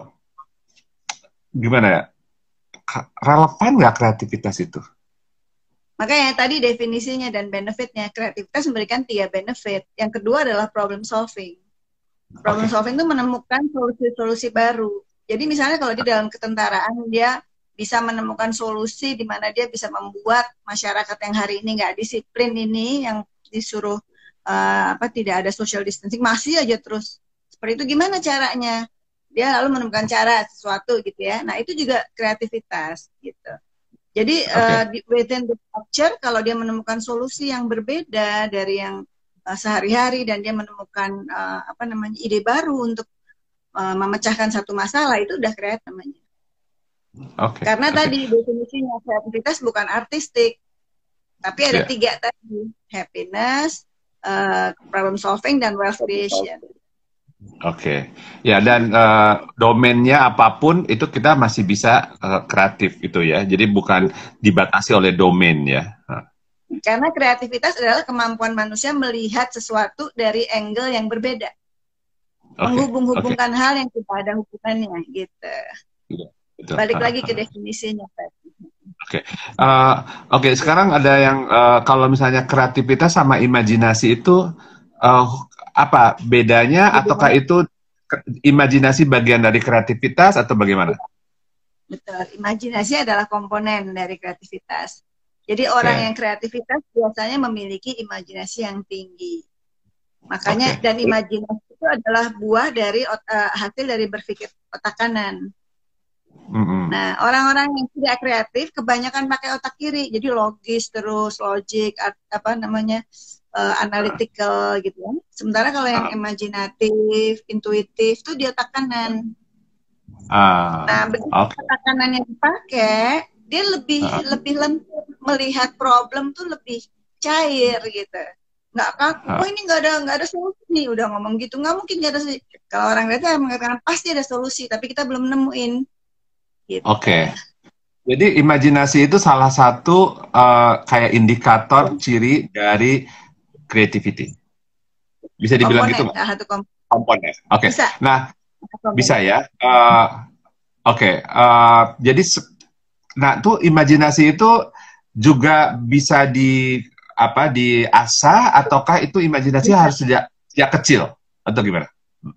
gimana ya, relevan nggak kreativitas itu? Makanya tadi definisinya dan benefitnya, kreativitas memberikan tiga benefit. Yang kedua adalah problem solving. Problem okay. solving itu menemukan solusi-solusi baru. Jadi misalnya kalau di dalam ketentaraan dia bisa menemukan solusi di mana dia bisa membuat masyarakat yang hari ini nggak disiplin ini, yang disuruh uh, apa tidak ada social distancing, masih aja terus seperti itu, gimana caranya? Dia lalu menemukan cara sesuatu gitu ya. Nah itu juga kreativitas gitu. Jadi okay. uh, di, within the structure, kalau dia menemukan solusi yang berbeda dari yang uh, sehari-hari dan dia menemukan uh, apa namanya ide baru untuk uh, memecahkan satu masalah, itu udah kreatif namanya. Okay, Karena okay. tadi definisinya kreativitas bukan artistik, tapi ada yeah. tiga tadi, happiness, uh, problem solving, dan wealth creation. Oke, okay. ya dan uh, domainnya apapun itu kita masih bisa uh, kreatif itu ya, jadi bukan dibatasi oleh domain ya. Karena kreativitas adalah kemampuan manusia melihat sesuatu dari angle yang berbeda, okay. menghubung-hubungkan okay. hal yang tidak ada hubungannya gitu. Yeah. Betul. Balik lagi ke definisinya. Oke, okay. uh, oke. Okay, sekarang ada yang uh, kalau misalnya kreativitas sama imajinasi itu uh, apa bedanya? Ataukah itu imajinasi bagian dari kreativitas atau bagaimana? Betul, imajinasi adalah komponen dari kreativitas. Jadi orang okay. yang kreativitas biasanya memiliki imajinasi yang tinggi. Makanya okay. dan imajinasi itu adalah buah dari uh, hasil dari berpikir otak kanan. Mm-hmm. Nah, orang-orang yang tidak kreatif kebanyakan pakai otak kiri, jadi logis terus, logik, apa namanya, uh, analytical gitu ya. Sementara kalau yang imajinatif, intuitif itu di otak kanan. Uh, nah, begitu okay. otak kanan yang dipakai, dia lebih uh. lebih lentur melihat problem tuh lebih cair gitu. Nggak kaku, uh. oh ini nggak ada nggak ada solusi nih, udah ngomong gitu, nggak mungkin nggak ada solusi. Kalau orang kreatif mengatakan pasti ada solusi, tapi kita belum nemuin. Gitu. Oke, okay. Jadi imajinasi itu salah satu uh, kayak indikator ciri dari creativity. Bisa dibilang komponen, gitu nggak? Satu komponen. komponen. Oke. Okay. Bisa. Nah, komponen. Bisa ya. Uh, Oke. Okay. Uh, jadi, nah tuh imajinasi itu juga bisa di apa diasah ataukah itu imajinasi bisa. Harus sejak sejak kecil atau gimana?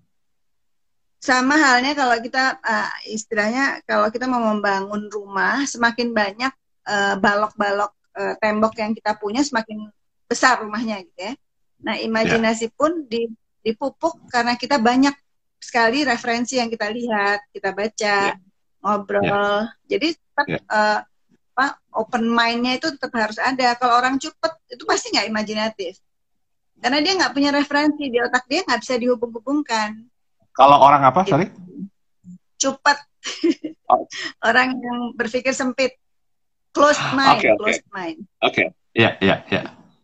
Sama halnya kalau kita uh, istilahnya kalau kita mau membangun rumah, semakin banyak uh, balok-balok uh, tembok yang kita punya, semakin besar rumahnya gitu ya. Nah, imajinasi yeah. pun dipupuk karena kita banyak sekali referensi yang kita lihat, kita baca, yeah. ngobrol. Yeah. Jadi tetap yeah. uh, apa, open mind-nya itu tetap harus ada. Kalau orang cepet itu pasti nggak imajinatif. Karena dia nggak punya referensi, di otak dia nggak bisa dihubung-hubungkan. Kalau orang apa, gitu. sorry? Cepet. Oh. Orang yang berpikir sempit. Closed mind, okay, okay. closed mind. Oke, okay. ya, ya, ya.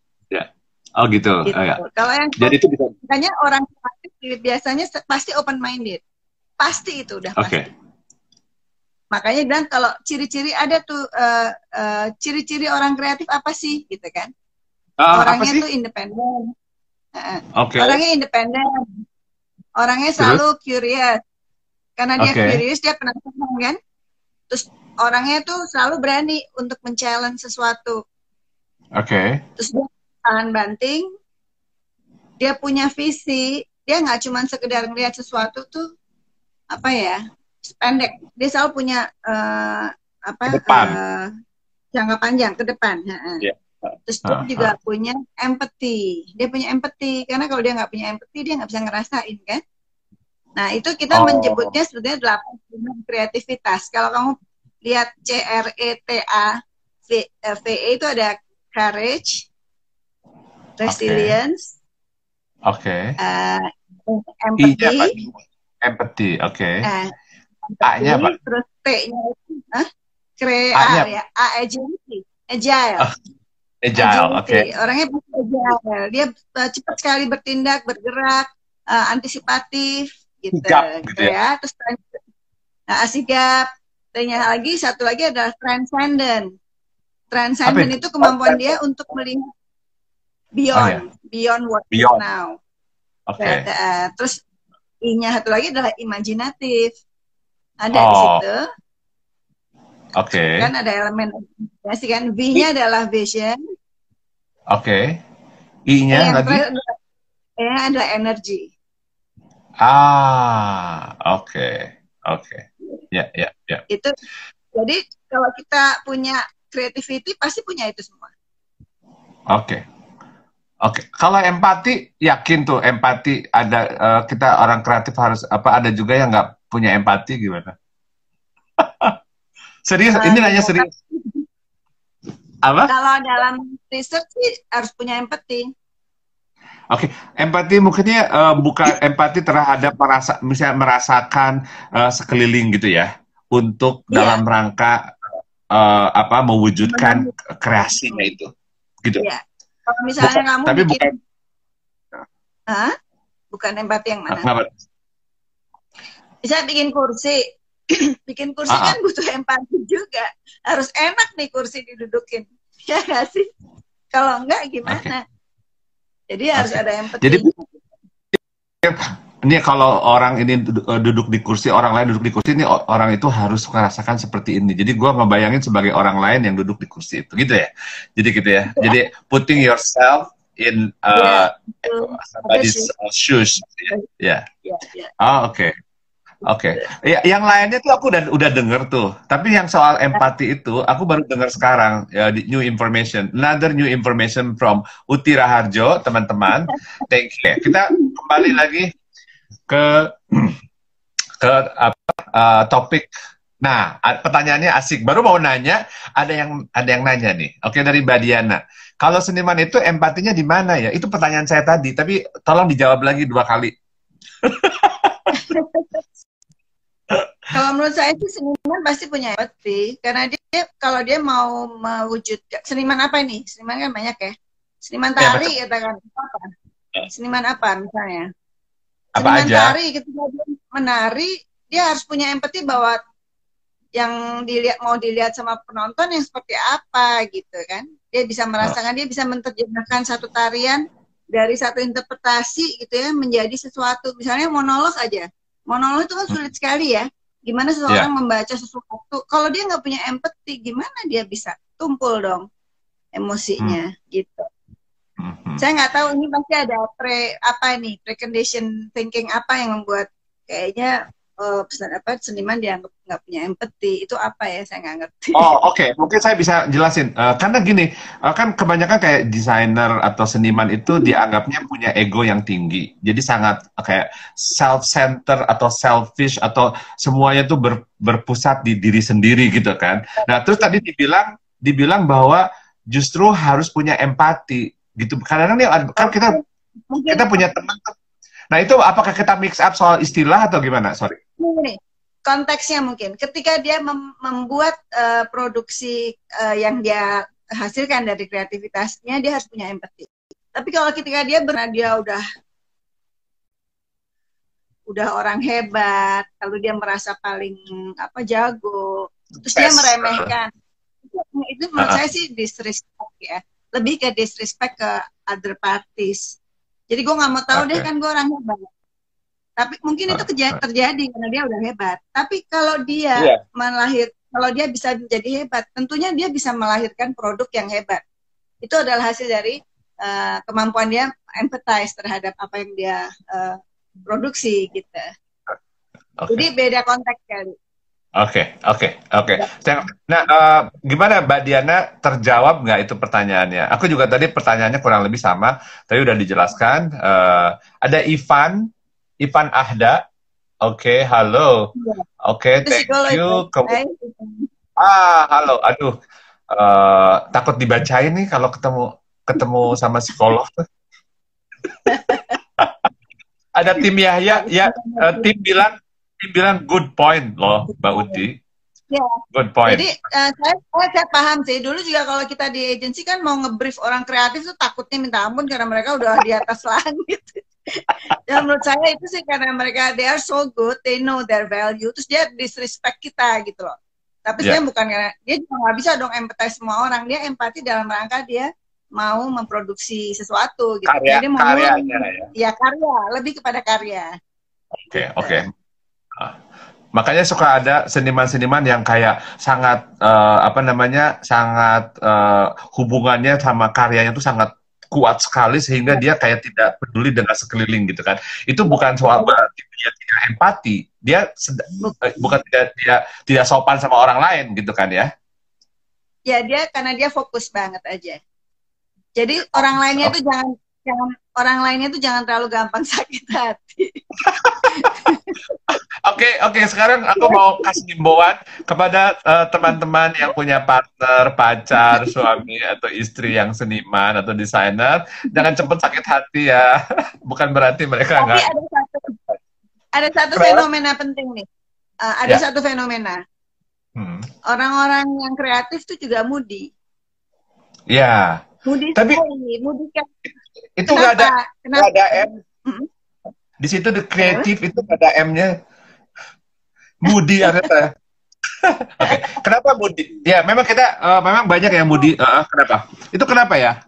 Oh gitu. gitu. Oh, ya. Kalau yang jadi itu bisa. Makanya orang kreatif biasanya pasti open minded, pasti itu udah pasti. Okay. Makanya bilang kalau ciri-ciri ada tuh uh, uh, ciri-ciri orang kreatif apa sih, gitu kan? Uh, orangnya tuh independen. Uh, okay. Orangnya independen. Orangnya selalu Terus? curious. Karena dia okay. curious, dia penasaran kan? Terus orangnya tuh selalu berani untuk men-challenge sesuatu. Oke. Okay. Terus dia tahan banting, dia punya visi, dia nggak cuma sekedar melihat sesuatu tuh apa ya, pendek, dia selalu punya uh, apa uh, jangka panjang ke depan. Yeah. Terus dia uh, juga uh. punya empathy, dia punya empathy karena kalau dia nggak punya empathy dia nggak bisa ngerasain kan. Nah itu kita oh. menyebutnya sebetulnya delapan kreativitas. Kalau kamu lihat C R E T A V E itu ada courage, resilience, oke, okay. uh, empathy, empathy, oke. Okay. Uh, A-nya apa? Terus T-nya itu, huh? Crea, ya, A agility, agile, oh, agile, oke. Okay. Orangnya agile, dia uh, cepat sekali bertindak, bergerak, uh, antisipatif, gitu, sigap, gitu ya. Terus, nah, sigap. T-nya lagi, satu lagi adalah transcendent. Transcendent itu kemampuan dia untuk melihat beyond, oh, yeah. beyond what beyond. is now. Oke. Okay. Uh, terus I-nya satu lagi adalah imajinatif. Ada oh. di situ. Oke. Okay. Kan ada elemen imajinasi kan. V-nya I adalah vision. Oke. Okay. I-nya lagi? E-nya adalah energy. Ah, oke. Okay. Oke. Okay. Ya, ya, ya. Itu. Jadi kalau kita punya creativity pasti punya itu semua. Oke. Okay. Oke, okay. Kalau empati, yakin tuh empati ada uh, kita orang kreatif harus apa ada juga yang nggak punya empati gimana? Serius, uh, ini nanya serius. Apa? Kalau dalam research sih harus punya empati. Oke, okay. Empati mungkinnya uh, bukan empati terhadap merasa, misalnya merasakan uh, sekeliling gitu ya, untuk yeah. dalam rangka uh, apa mewujudkan mm-hmm. kreasinya itu, gitu. Yeah. Kalau misalnya bukan, kamu tapi bikin, bukan, Hah? bukan empati yang mana? Apa? Bisa bikin kursi, bikin kursi uh-uh. kan butuh empati juga. Harus enak nih kursi didudukin, ya nggak sih? Kalau enggak gimana? Okay. Jadi harus okay. ada empati. Jadi ini kalau orang ini duduk di kursi, orang lain duduk di kursi, ini orang itu harus merasakan seperti ini. Jadi gue membayangin sebagai orang lain yang duduk di kursi itu, gitu ya. Jadi gitu ya. Jadi putting yourself in uh, yeah. somebody's shoes. Ya. Yeah. Yeah. Oh oke, okay. oke. Okay. Ya, yang lainnya tuh aku udah udah denger tuh. Tapi yang soal empati itu, aku baru dengar sekarang. Ya, new information, another new information from Uti Raharjo, teman-teman. Thank you. Kita kembali lagi ke ke apa uh, topik. Nah, pertanyaannya asik. Baru mau nanya, ada yang ada yang nanya nih. Oke, dari Mbak Diana. Kalau seniman itu empatinya di mana ya? Itu pertanyaan saya tadi, tapi tolong dijawab lagi dua kali. Kalau menurut saya sih seniman pasti punya empati, karena dia kalau dia mau mewujudkan seniman apa nih? Seniman kan banyak ya. Seniman tari ya, katakan apa? Seniman apa misalnya? Seniman tari ketika dia menari, dia harus punya empati bahwa yang dilihat mau dilihat sama penonton yang seperti apa gitu kan. Dia bisa merasakan, dia bisa menerjemahkan satu tarian dari satu interpretasi gitu ya menjadi sesuatu. Misalnya monolog aja. Monolog itu kan sulit sekali ya. Gimana seseorang yeah. membaca sesuatu. Kalau dia nggak punya empati, gimana dia bisa tumpul dong emosinya hmm. gitu. Hmm. Saya nggak tahu ini pasti ada pre apa nih precondition thinking apa yang membuat kayaknya uh, apa seniman dianggap nggak punya empati. Itu apa ya? Saya nggak ngerti. Oh, oke. Okay. Mungkin saya bisa jelasin. Uh, karena gini, uh, kan kebanyakan kayak desainer atau seniman itu dianggapnya punya ego yang tinggi. Jadi sangat uh, kayak self-center atau selfish atau semuanya tuh ber, berpusat di diri sendiri gitu kan. Nah, terus tadi dibilang dibilang bahwa justru harus punya empati gitu. Kadang-kadang kan kita Mungkin kita punya teman. Nah, itu apakah kita mix up soal istilah atau gimana? Sorry. Ini konteksnya mungkin ketika dia mem membuat uh, produksi uh, yang dia hasilkan dari kreativitasnya, dia harus punya empati. Tapi kalau ketika dia benar dia udah udah orang hebat, lalu dia merasa paling apa jago, terus dia meremehkan, itu, itu menurut saya sih disrespect ya, lebih ke disrespect ke other parties. Jadi gue nggak mau tahu okay. deh kan gue orang hebat. Tapi mungkin itu terjadi karena dia udah hebat. Tapi kalau dia yeah. melahir, kalau dia bisa menjadi hebat, tentunya dia bisa melahirkan produk yang hebat. Itu adalah hasil dari uh, kemampuan dia empathize terhadap apa yang dia uh, produksi gitu. Okay. Jadi beda konteks kali. Oke, oke, oke. Nah, uh, gimana Mbak Diana, terjawab nggak itu pertanyaannya? Aku juga tadi pertanyaannya kurang lebih sama, tadi udah dijelaskan. Uh, ada Ivan, Ivan Ahda. Oke, okay, halo. Oke, okay, thank you. Kem ah, halo. Aduh, uh, takut dibacain nih kalau ketemu ketemu sama psikolog. Ada tim Yahya, ya, uh, tim bilang. bilang good point loh, Mbak Uti. Ya. Good point. Jadi uh, saya, saya saya paham sih. Dulu juga kalau kita di agensi kan mau nge-brief orang kreatif tuh takutnya minta ampun karena mereka udah di atas langit. Dan menurut saya itu sih karena mereka they are so good, they know their value. Terus dia disrespect kita gitu loh. Tapi yeah. saya bukan karena dia juga nggak bisa dong empathize semua orang. Dia empati dalam rangka dia mau memproduksi sesuatu gitu. Karya, Jadi mau karyanya ya. Ya karya, lebih kepada karya. Oke, okay, oke. Okay. Makanya suka ada seniman-seniman yang kayak sangat uh, apa namanya sangat uh, hubungannya sama karyanya itu sangat kuat sekali sehingga dia kayak tidak peduli dengan sekeliling gitu kan. Itu bukan soal berarti dia tidak empati, dia uh, bukan tidak dia tidak sopan sama orang lain gitu kan ya. Ya dia karena dia fokus banget aja. Jadi orang lainnya itu oh. jangan jangan orang lainnya itu jangan terlalu gampang sakit hati. Oke, oke. Sekarang aku mau kasih himbauan kepada teman-teman uh, yang punya partner, pacar, suami atau istri yang seniman atau desainer, jangan cepat sakit hati ya. Bukan berarti mereka Tapi nggak. ada satu, ada satu fenomena penting nih. Uh, ada ya. satu fenomena. Orang-orang hmm. yang kreatif itu juga moody. Ya. Moody Tapi sekali. Moody kan. Itu nggak ada, nggak ada M. Hmm? Di situ the kreatif itu nggak ada M-nya. Moody artinya. Oke, okay. Kenapa moody? Ya, memang kita uh, memang banyak yang moody. Uh, kenapa? Itu kenapa ya?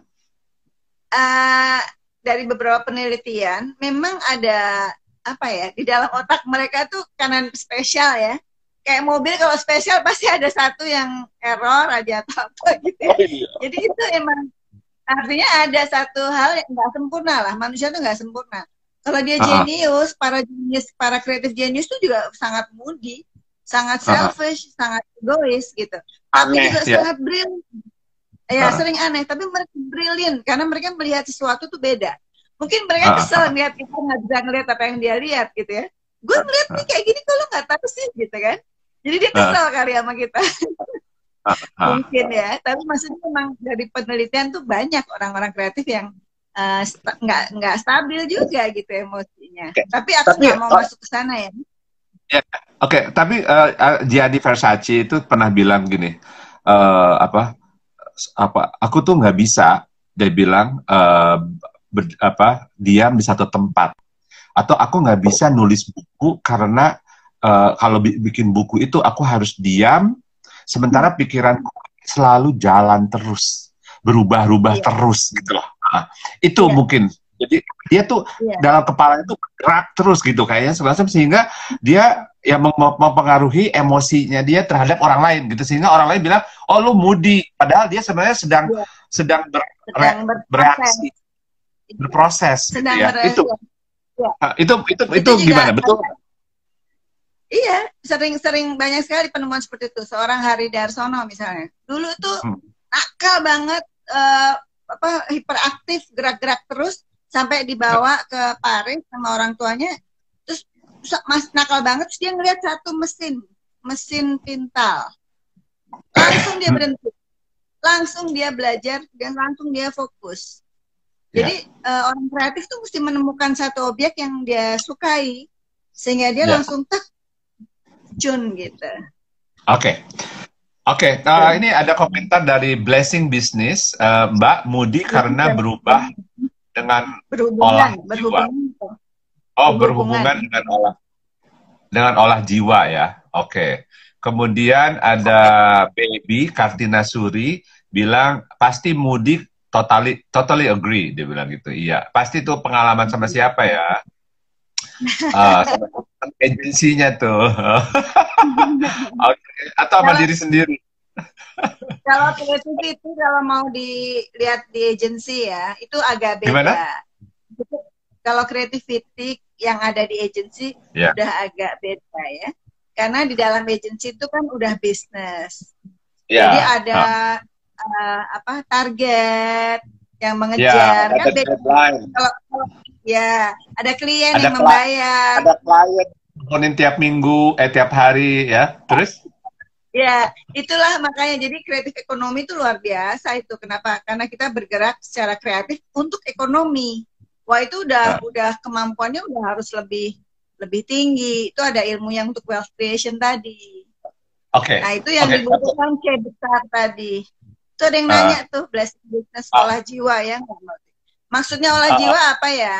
Uh, dari beberapa penelitian, memang ada apa ya di dalam otak mereka tuh kanan spesial ya. Kayak mobil kalau spesial pasti ada satu yang error aja atau apa gitu. Ya. Oh, iya. Jadi itu emang artinya ada satu hal yang nggak sempurna lah. Manusia tuh nggak sempurna. Kalau dia jenius, para jenius, para kreatif jenius itu juga sangat moody, sangat selfish, uh-huh. sangat egois gitu. Tapi aneh, juga ya. sangat brilliant. Ya, uh-huh. sering aneh, tapi mereka brilliant karena mereka melihat sesuatu tuh beda. Mungkin mereka uh-huh. kesel ngeliat kita nggak bisa ngeliat apa yang dia lihat gitu ya. Gue ngeliat nih kayak gini, kok lo nggak tahu sih gitu kan. Jadi dia kesel uh-huh. kali sama kita. uh-huh. Mungkin ya, tapi maksudnya memang dari penelitian tuh banyak orang-orang kreatif yang Uh, sta nggak nggak stabil juga gitu emosinya. Okay. Tapi aku nggak mau uh, masuk ke sana ya. Ya, oke. Okay. Tapi uh, uh, Gianni Versace itu pernah bilang gini, uh, apa, apa? Aku tuh nggak bisa, dia bilang uh, ber, apa, diam di satu tempat. Atau aku nggak bisa nulis buku karena uh, kalau bi bikin buku itu aku harus diam, sementara pikiranku selalu jalan terus, berubah-ubah yeah. terus gitu loh. Nah, itu yeah. mungkin jadi dia tuh yeah. dalam kepalanya tuh gerak terus gitu kayaknya sebenarnya sehingga dia ya mempengaruhi emosinya dia terhadap orang lain gitu sehingga orang lain bilang oh lu moody padahal dia sebenarnya sedang yeah. sedang, ber sedang bereaksi berproses sedang gitu ya. itu ya. Nah, itu itu itu, itu gimana betul Iya, sering-sering banyak sekali penemuan seperti itu. Seorang Hari Darsono misalnya. Dulu tuh Hmm. nakal banget, uh, apa hiperaktif, gerak-gerak terus sampai dibawa ke Paris sama orang tuanya. Terus mas nakal banget, terus dia ngeliat satu mesin, mesin pintal. Langsung dia berhenti. Langsung dia belajar dan langsung dia fokus. Jadi yeah. uh, orang kreatif tuh mesti menemukan satu objek yang dia sukai sehingga dia yeah. langsung tak Jun gitu. Oke, okay. oke. Okay. Uh, ini ada komentar dari Blessing Business, uh, Mbak Mudi karena berubah dengan olah jiwa. Berhubungan. Oh, berhubungan dengan olah dengan olah jiwa ya. Oke. Okay. Kemudian ada Baby Kartina Suri bilang pasti Mudi totally totally agree, dia bilang gitu. Iya, pasti itu pengalaman sama siapa ya? Uh, agensinya tuh. Okay. Atau sama diri sendiri. Kalau kreatif itu kalau mau dilihat di agensi ya, itu agak beda. Gimana? Kalau creativity yang ada di agensi yeah. udah agak beda ya. Karena di dalam agensi itu kan udah bisnis. Yeah. Jadi ada huh. uh, apa target yang mengejar. Yeah, kan ada deadline. Kalau, kalau ya, ada klien ada yang membayar. Ada klien teleponin tiap minggu, eh tiap hari ya. Terus? Ya, itulah makanya jadi kreatif ekonomi itu luar biasa itu. Kenapa? Karena kita bergerak secara kreatif untuk ekonomi. Wah, itu udah nah. udah kemampuannya udah harus lebih lebih tinggi. Itu ada ilmu yang untuk wealth creation tadi. Oke. Okay. Nah, itu yang okay. dibutuhkan C besar tadi. Itu ada yang uh. nanya tuh, Blessing Business olah uh. jiwa ya. Maksudnya olah uh. jiwa apa ya?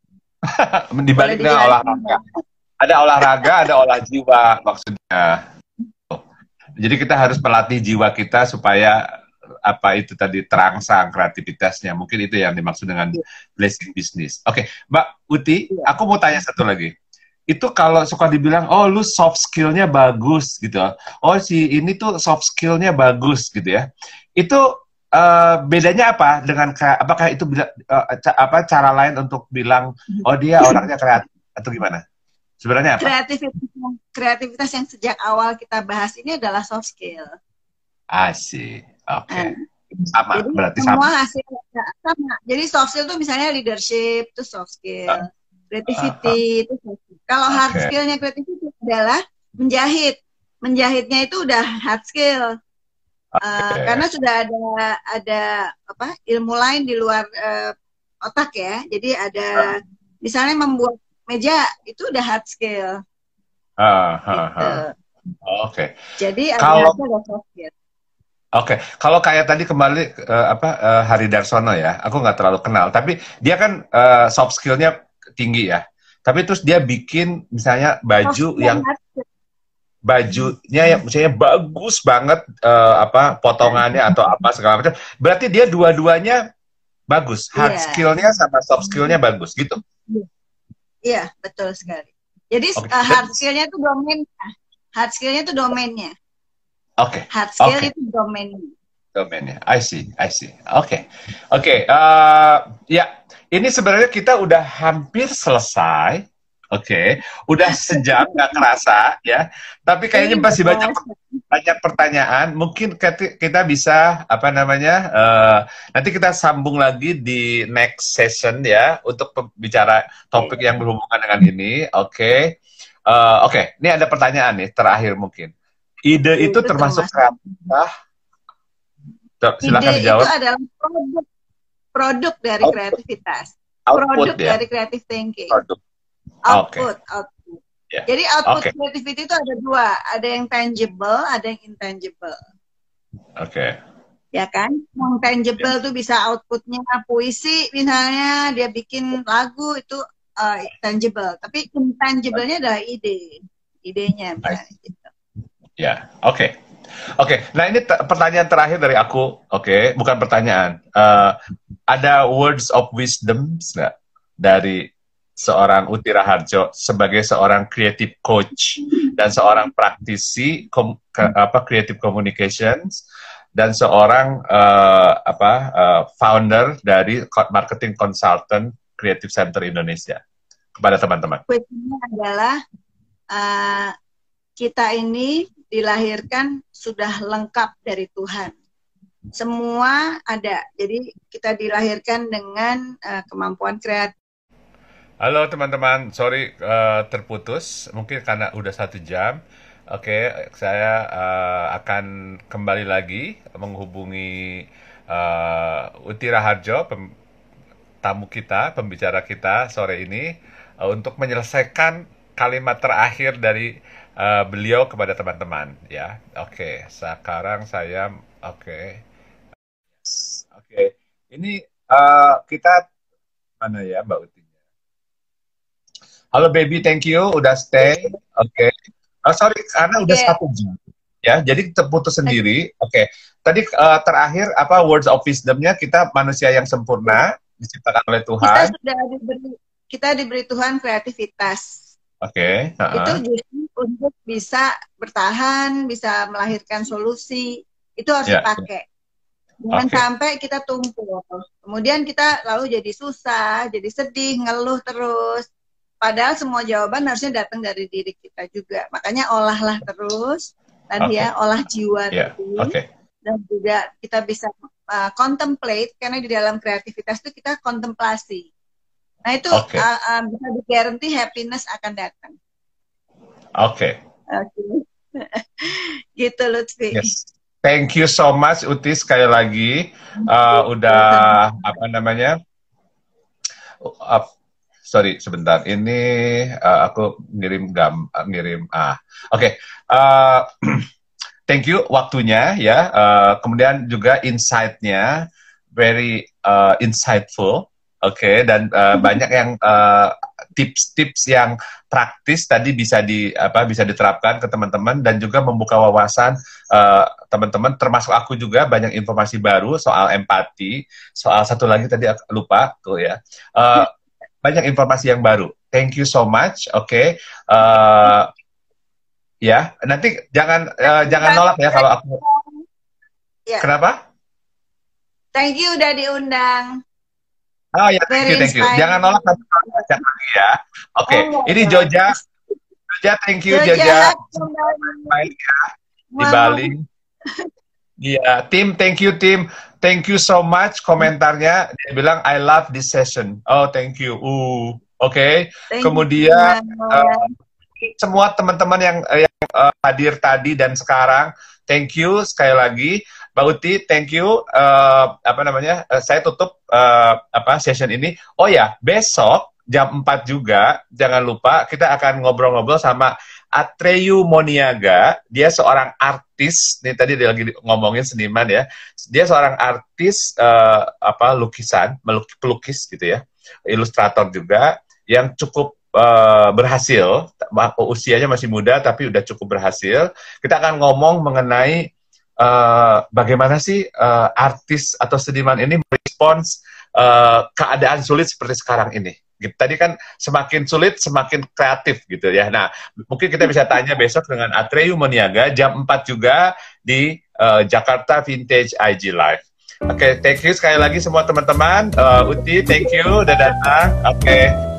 Dibalik dengan olahraga. Ada olahraga, ada olah jiwa maksudnya. Jadi kita harus melatih jiwa kita supaya apa itu tadi terangsang kreativitasnya. Mungkin itu yang dimaksud dengan blessing business. Oke, okay. Mbak Uti, aku mau tanya satu lagi. Itu kalau suka dibilang, oh lu soft skill-nya bagus gitu. Oh si ini tuh soft skill-nya bagus gitu ya. Itu Uh, bedanya apa dengan apakah itu bila, uh, ca apa cara lain untuk bilang oh dia orangnya kreatif atau gimana? Sebenarnya apa? Kreativitas, kreativitas yang sejak awal kita bahas ini adalah soft skill. Asik, oke. Okay. Nah, sama, jadi berarti semua sama. hasilnya sama. Jadi soft skill itu misalnya leadership itu soft skill, creativity uh, uh, itu soft skill. Kalau okay. hard skillnya creativity adalah menjahit. Menjahitnya itu udah hard skill. Okay. Uh, karena sudah ada ada apa ilmu lain di luar uh, otak ya. Jadi ada uh. misalnya membuat meja itu udah hard skill. Uh, uh, gitu. uh. Oke. Okay. Jadi kalau, ada soft skill. Oke, okay. Kalau kayak tadi kembali uh, apa uh, Hari Darsono ya, aku nggak terlalu kenal. Tapi dia kan uh, soft skillnya tinggi ya. Tapi terus dia bikin misalnya baju yang bajunya yang misalnya bagus banget uh, apa potongannya atau apa segala macam. Berarti dia dua-duanya bagus. Hard yeah. skillnya sama soft skillnya bagus gitu. Iya, yeah, betul sekali. Jadi okay. uh, hard skillnya itu domain, hard skillnya itu domainnya. Oke. Okay. Hard skill okay. itu domainnya. Domainnya. I see, I see. Oke, okay. oke. Okay. Uh, ya, ini sebenarnya kita udah hampir selesai. Oke, okay. Udah sejam nggak kerasa ya. Tapi kayaknya masih banyak banyak pertanyaan. Mungkin kita bisa apa namanya? Uh, nanti kita sambung lagi di next session ya untuk bicara topik yang berhubungan dengan ini. Oke, okay. uh, oke. Okay. Ini ada pertanyaan nih terakhir mungkin. Ide itu, itu termasuk kreatif? Silakan Ide dijawab. Itu adalah produk produk dari output. Kreativitas. Output, produk ya? dari creative thinking. Produk. Output, okay. output. Yeah. Jadi output okay. creativity itu ada dua, ada yang tangible, ada yang intangible. Oke. Okay. Ya kan? Yang tangible yeah. tuh bisa outputnya puisi, misalnya dia bikin lagu itu uh, tangible. Tapi intangible-nya adalah ide, idenya. Misalnya, gitu. Ya, yeah. oke. Okay. Oke, okay. Nah ini pertanyaan terakhir dari aku. Oke, okay. Bukan pertanyaan. Uh, ada words of wisdom nggak dari seorang Uti Raharjo sebagai seorang creative coach dan seorang praktisi kom, ke, apa creative communications dan seorang uh, apa uh, founder dari marketing consultant Creative Center Indonesia kepada teman-teman. Kuncinya adalah uh, kita ini dilahirkan sudah lengkap dari Tuhan. Semua ada. Jadi kita dilahirkan dengan uh, kemampuan kreatif. Halo teman-teman, sorry uh, terputus, mungkin karena udah satu jam. Oke, okay, saya uh, akan kembali lagi menghubungi uh, Uti Raharjo, pem, tamu kita, pembicara kita sore ini, uh, untuk menyelesaikan kalimat terakhir dari uh, beliau kepada teman-teman. Ya, oke. Okay, sekarang saya, oke, okay. oke. Okay. Ini uh, kita mana ya, Mbak Uti? Halo baby, thank you udah stay. Oke. Okay. Oh, sorry karena udah okay. satu jam. Ya, jadi terputus sendiri. Oke. Okay. Tadi uh, terakhir apa words of wisdom-nya, kita manusia yang sempurna diciptakan oleh Tuhan. Kita sudah diberi kita diberi Tuhan kreativitas. Oke. Okay. Uh-huh. Itu justru untuk bisa bertahan, bisa melahirkan solusi. Itu harus yeah. dipakai. Jangan okay. sampai kita tumpul. Kemudian kita lalu jadi susah, jadi sedih, ngeluh terus. Padahal semua jawaban harusnya datang dari diri kita juga. Makanya olahlah terus, tadi okay. ya, olah jiwa yeah. tadi. Okay. Dan juga kita bisa uh, contemplate, karena di dalam kreativitas itu kita kontemplasi. Nah itu okay. uh, uh, bisa di-guarantee happiness akan datang. Oke. Okay. Okay. Gitu Lutfi. Yes. Thank you so much Uti sekali lagi. Uh, udah, apa namanya, uh, sorry, sebentar. Ini uh, aku ngirim gam, uh, ngirim ah. Oke. Okay. Uh, thank you waktunya ya. Uh, kemudian juga insight-nya very uh, insightful. Oke, okay. Dan uh, banyak yang tips-tips uh, yang praktis tadi bisa di apa bisa diterapkan ke teman-teman dan juga membuka wawasan uh, teman-teman, termasuk aku juga banyak informasi baru soal empati. Soal satu lagi tadi aku lupa tuh ya. Uh, Banyak informasi yang baru. Thank you so much. Oke, okay. uh, ya nanti jangan uh, jangan nolak ya kalau aku. Ya. Kenapa? Thank you udah diundang. Oh ya, thank you, thank you. Jangan nolak nanti jangan lagi ya. Oke, okay. oh, ini Joja. Joja, thank you Joja. Baik ya di Bali. Iya, tim, thank you tim. Thank you so much komentarnya. Dia bilang I love this session. Oh, thank you. Uh, oke. Okay. Kemudian uh, semua teman-teman yang yang uh, hadir tadi dan sekarang, thank you sekali lagi. Mbak Uti, thank you. Uh, apa namanya? Uh, saya tutup uh, apa session ini. Oh ya, besok jam empat juga jangan lupa kita akan ngobrol-ngobrol sama Atreyu Moniaga. Dia seorang artis, nih tadi dia lagi ngomongin seniman ya. Dia seorang artis uh, apa lukisan, melukis pelukis gitu ya, ilustrator juga yang cukup uh, berhasil. Usianya masih muda tapi udah cukup berhasil. Kita akan ngomong mengenai uh, bagaimana sih uh, artis atau seniman ini merespons uh, keadaan sulit seperti sekarang ini. Tadi kan semakin sulit, semakin kreatif gitu ya. Nah, mungkin kita bisa tanya besok dengan Atreyu Moniaga, jam empat juga di uh, Jakarta Vintage I G Live. Oke, okay, thank you sekali lagi semua teman-teman. Uh, Uti, thank you udah datang. Oke. Okay.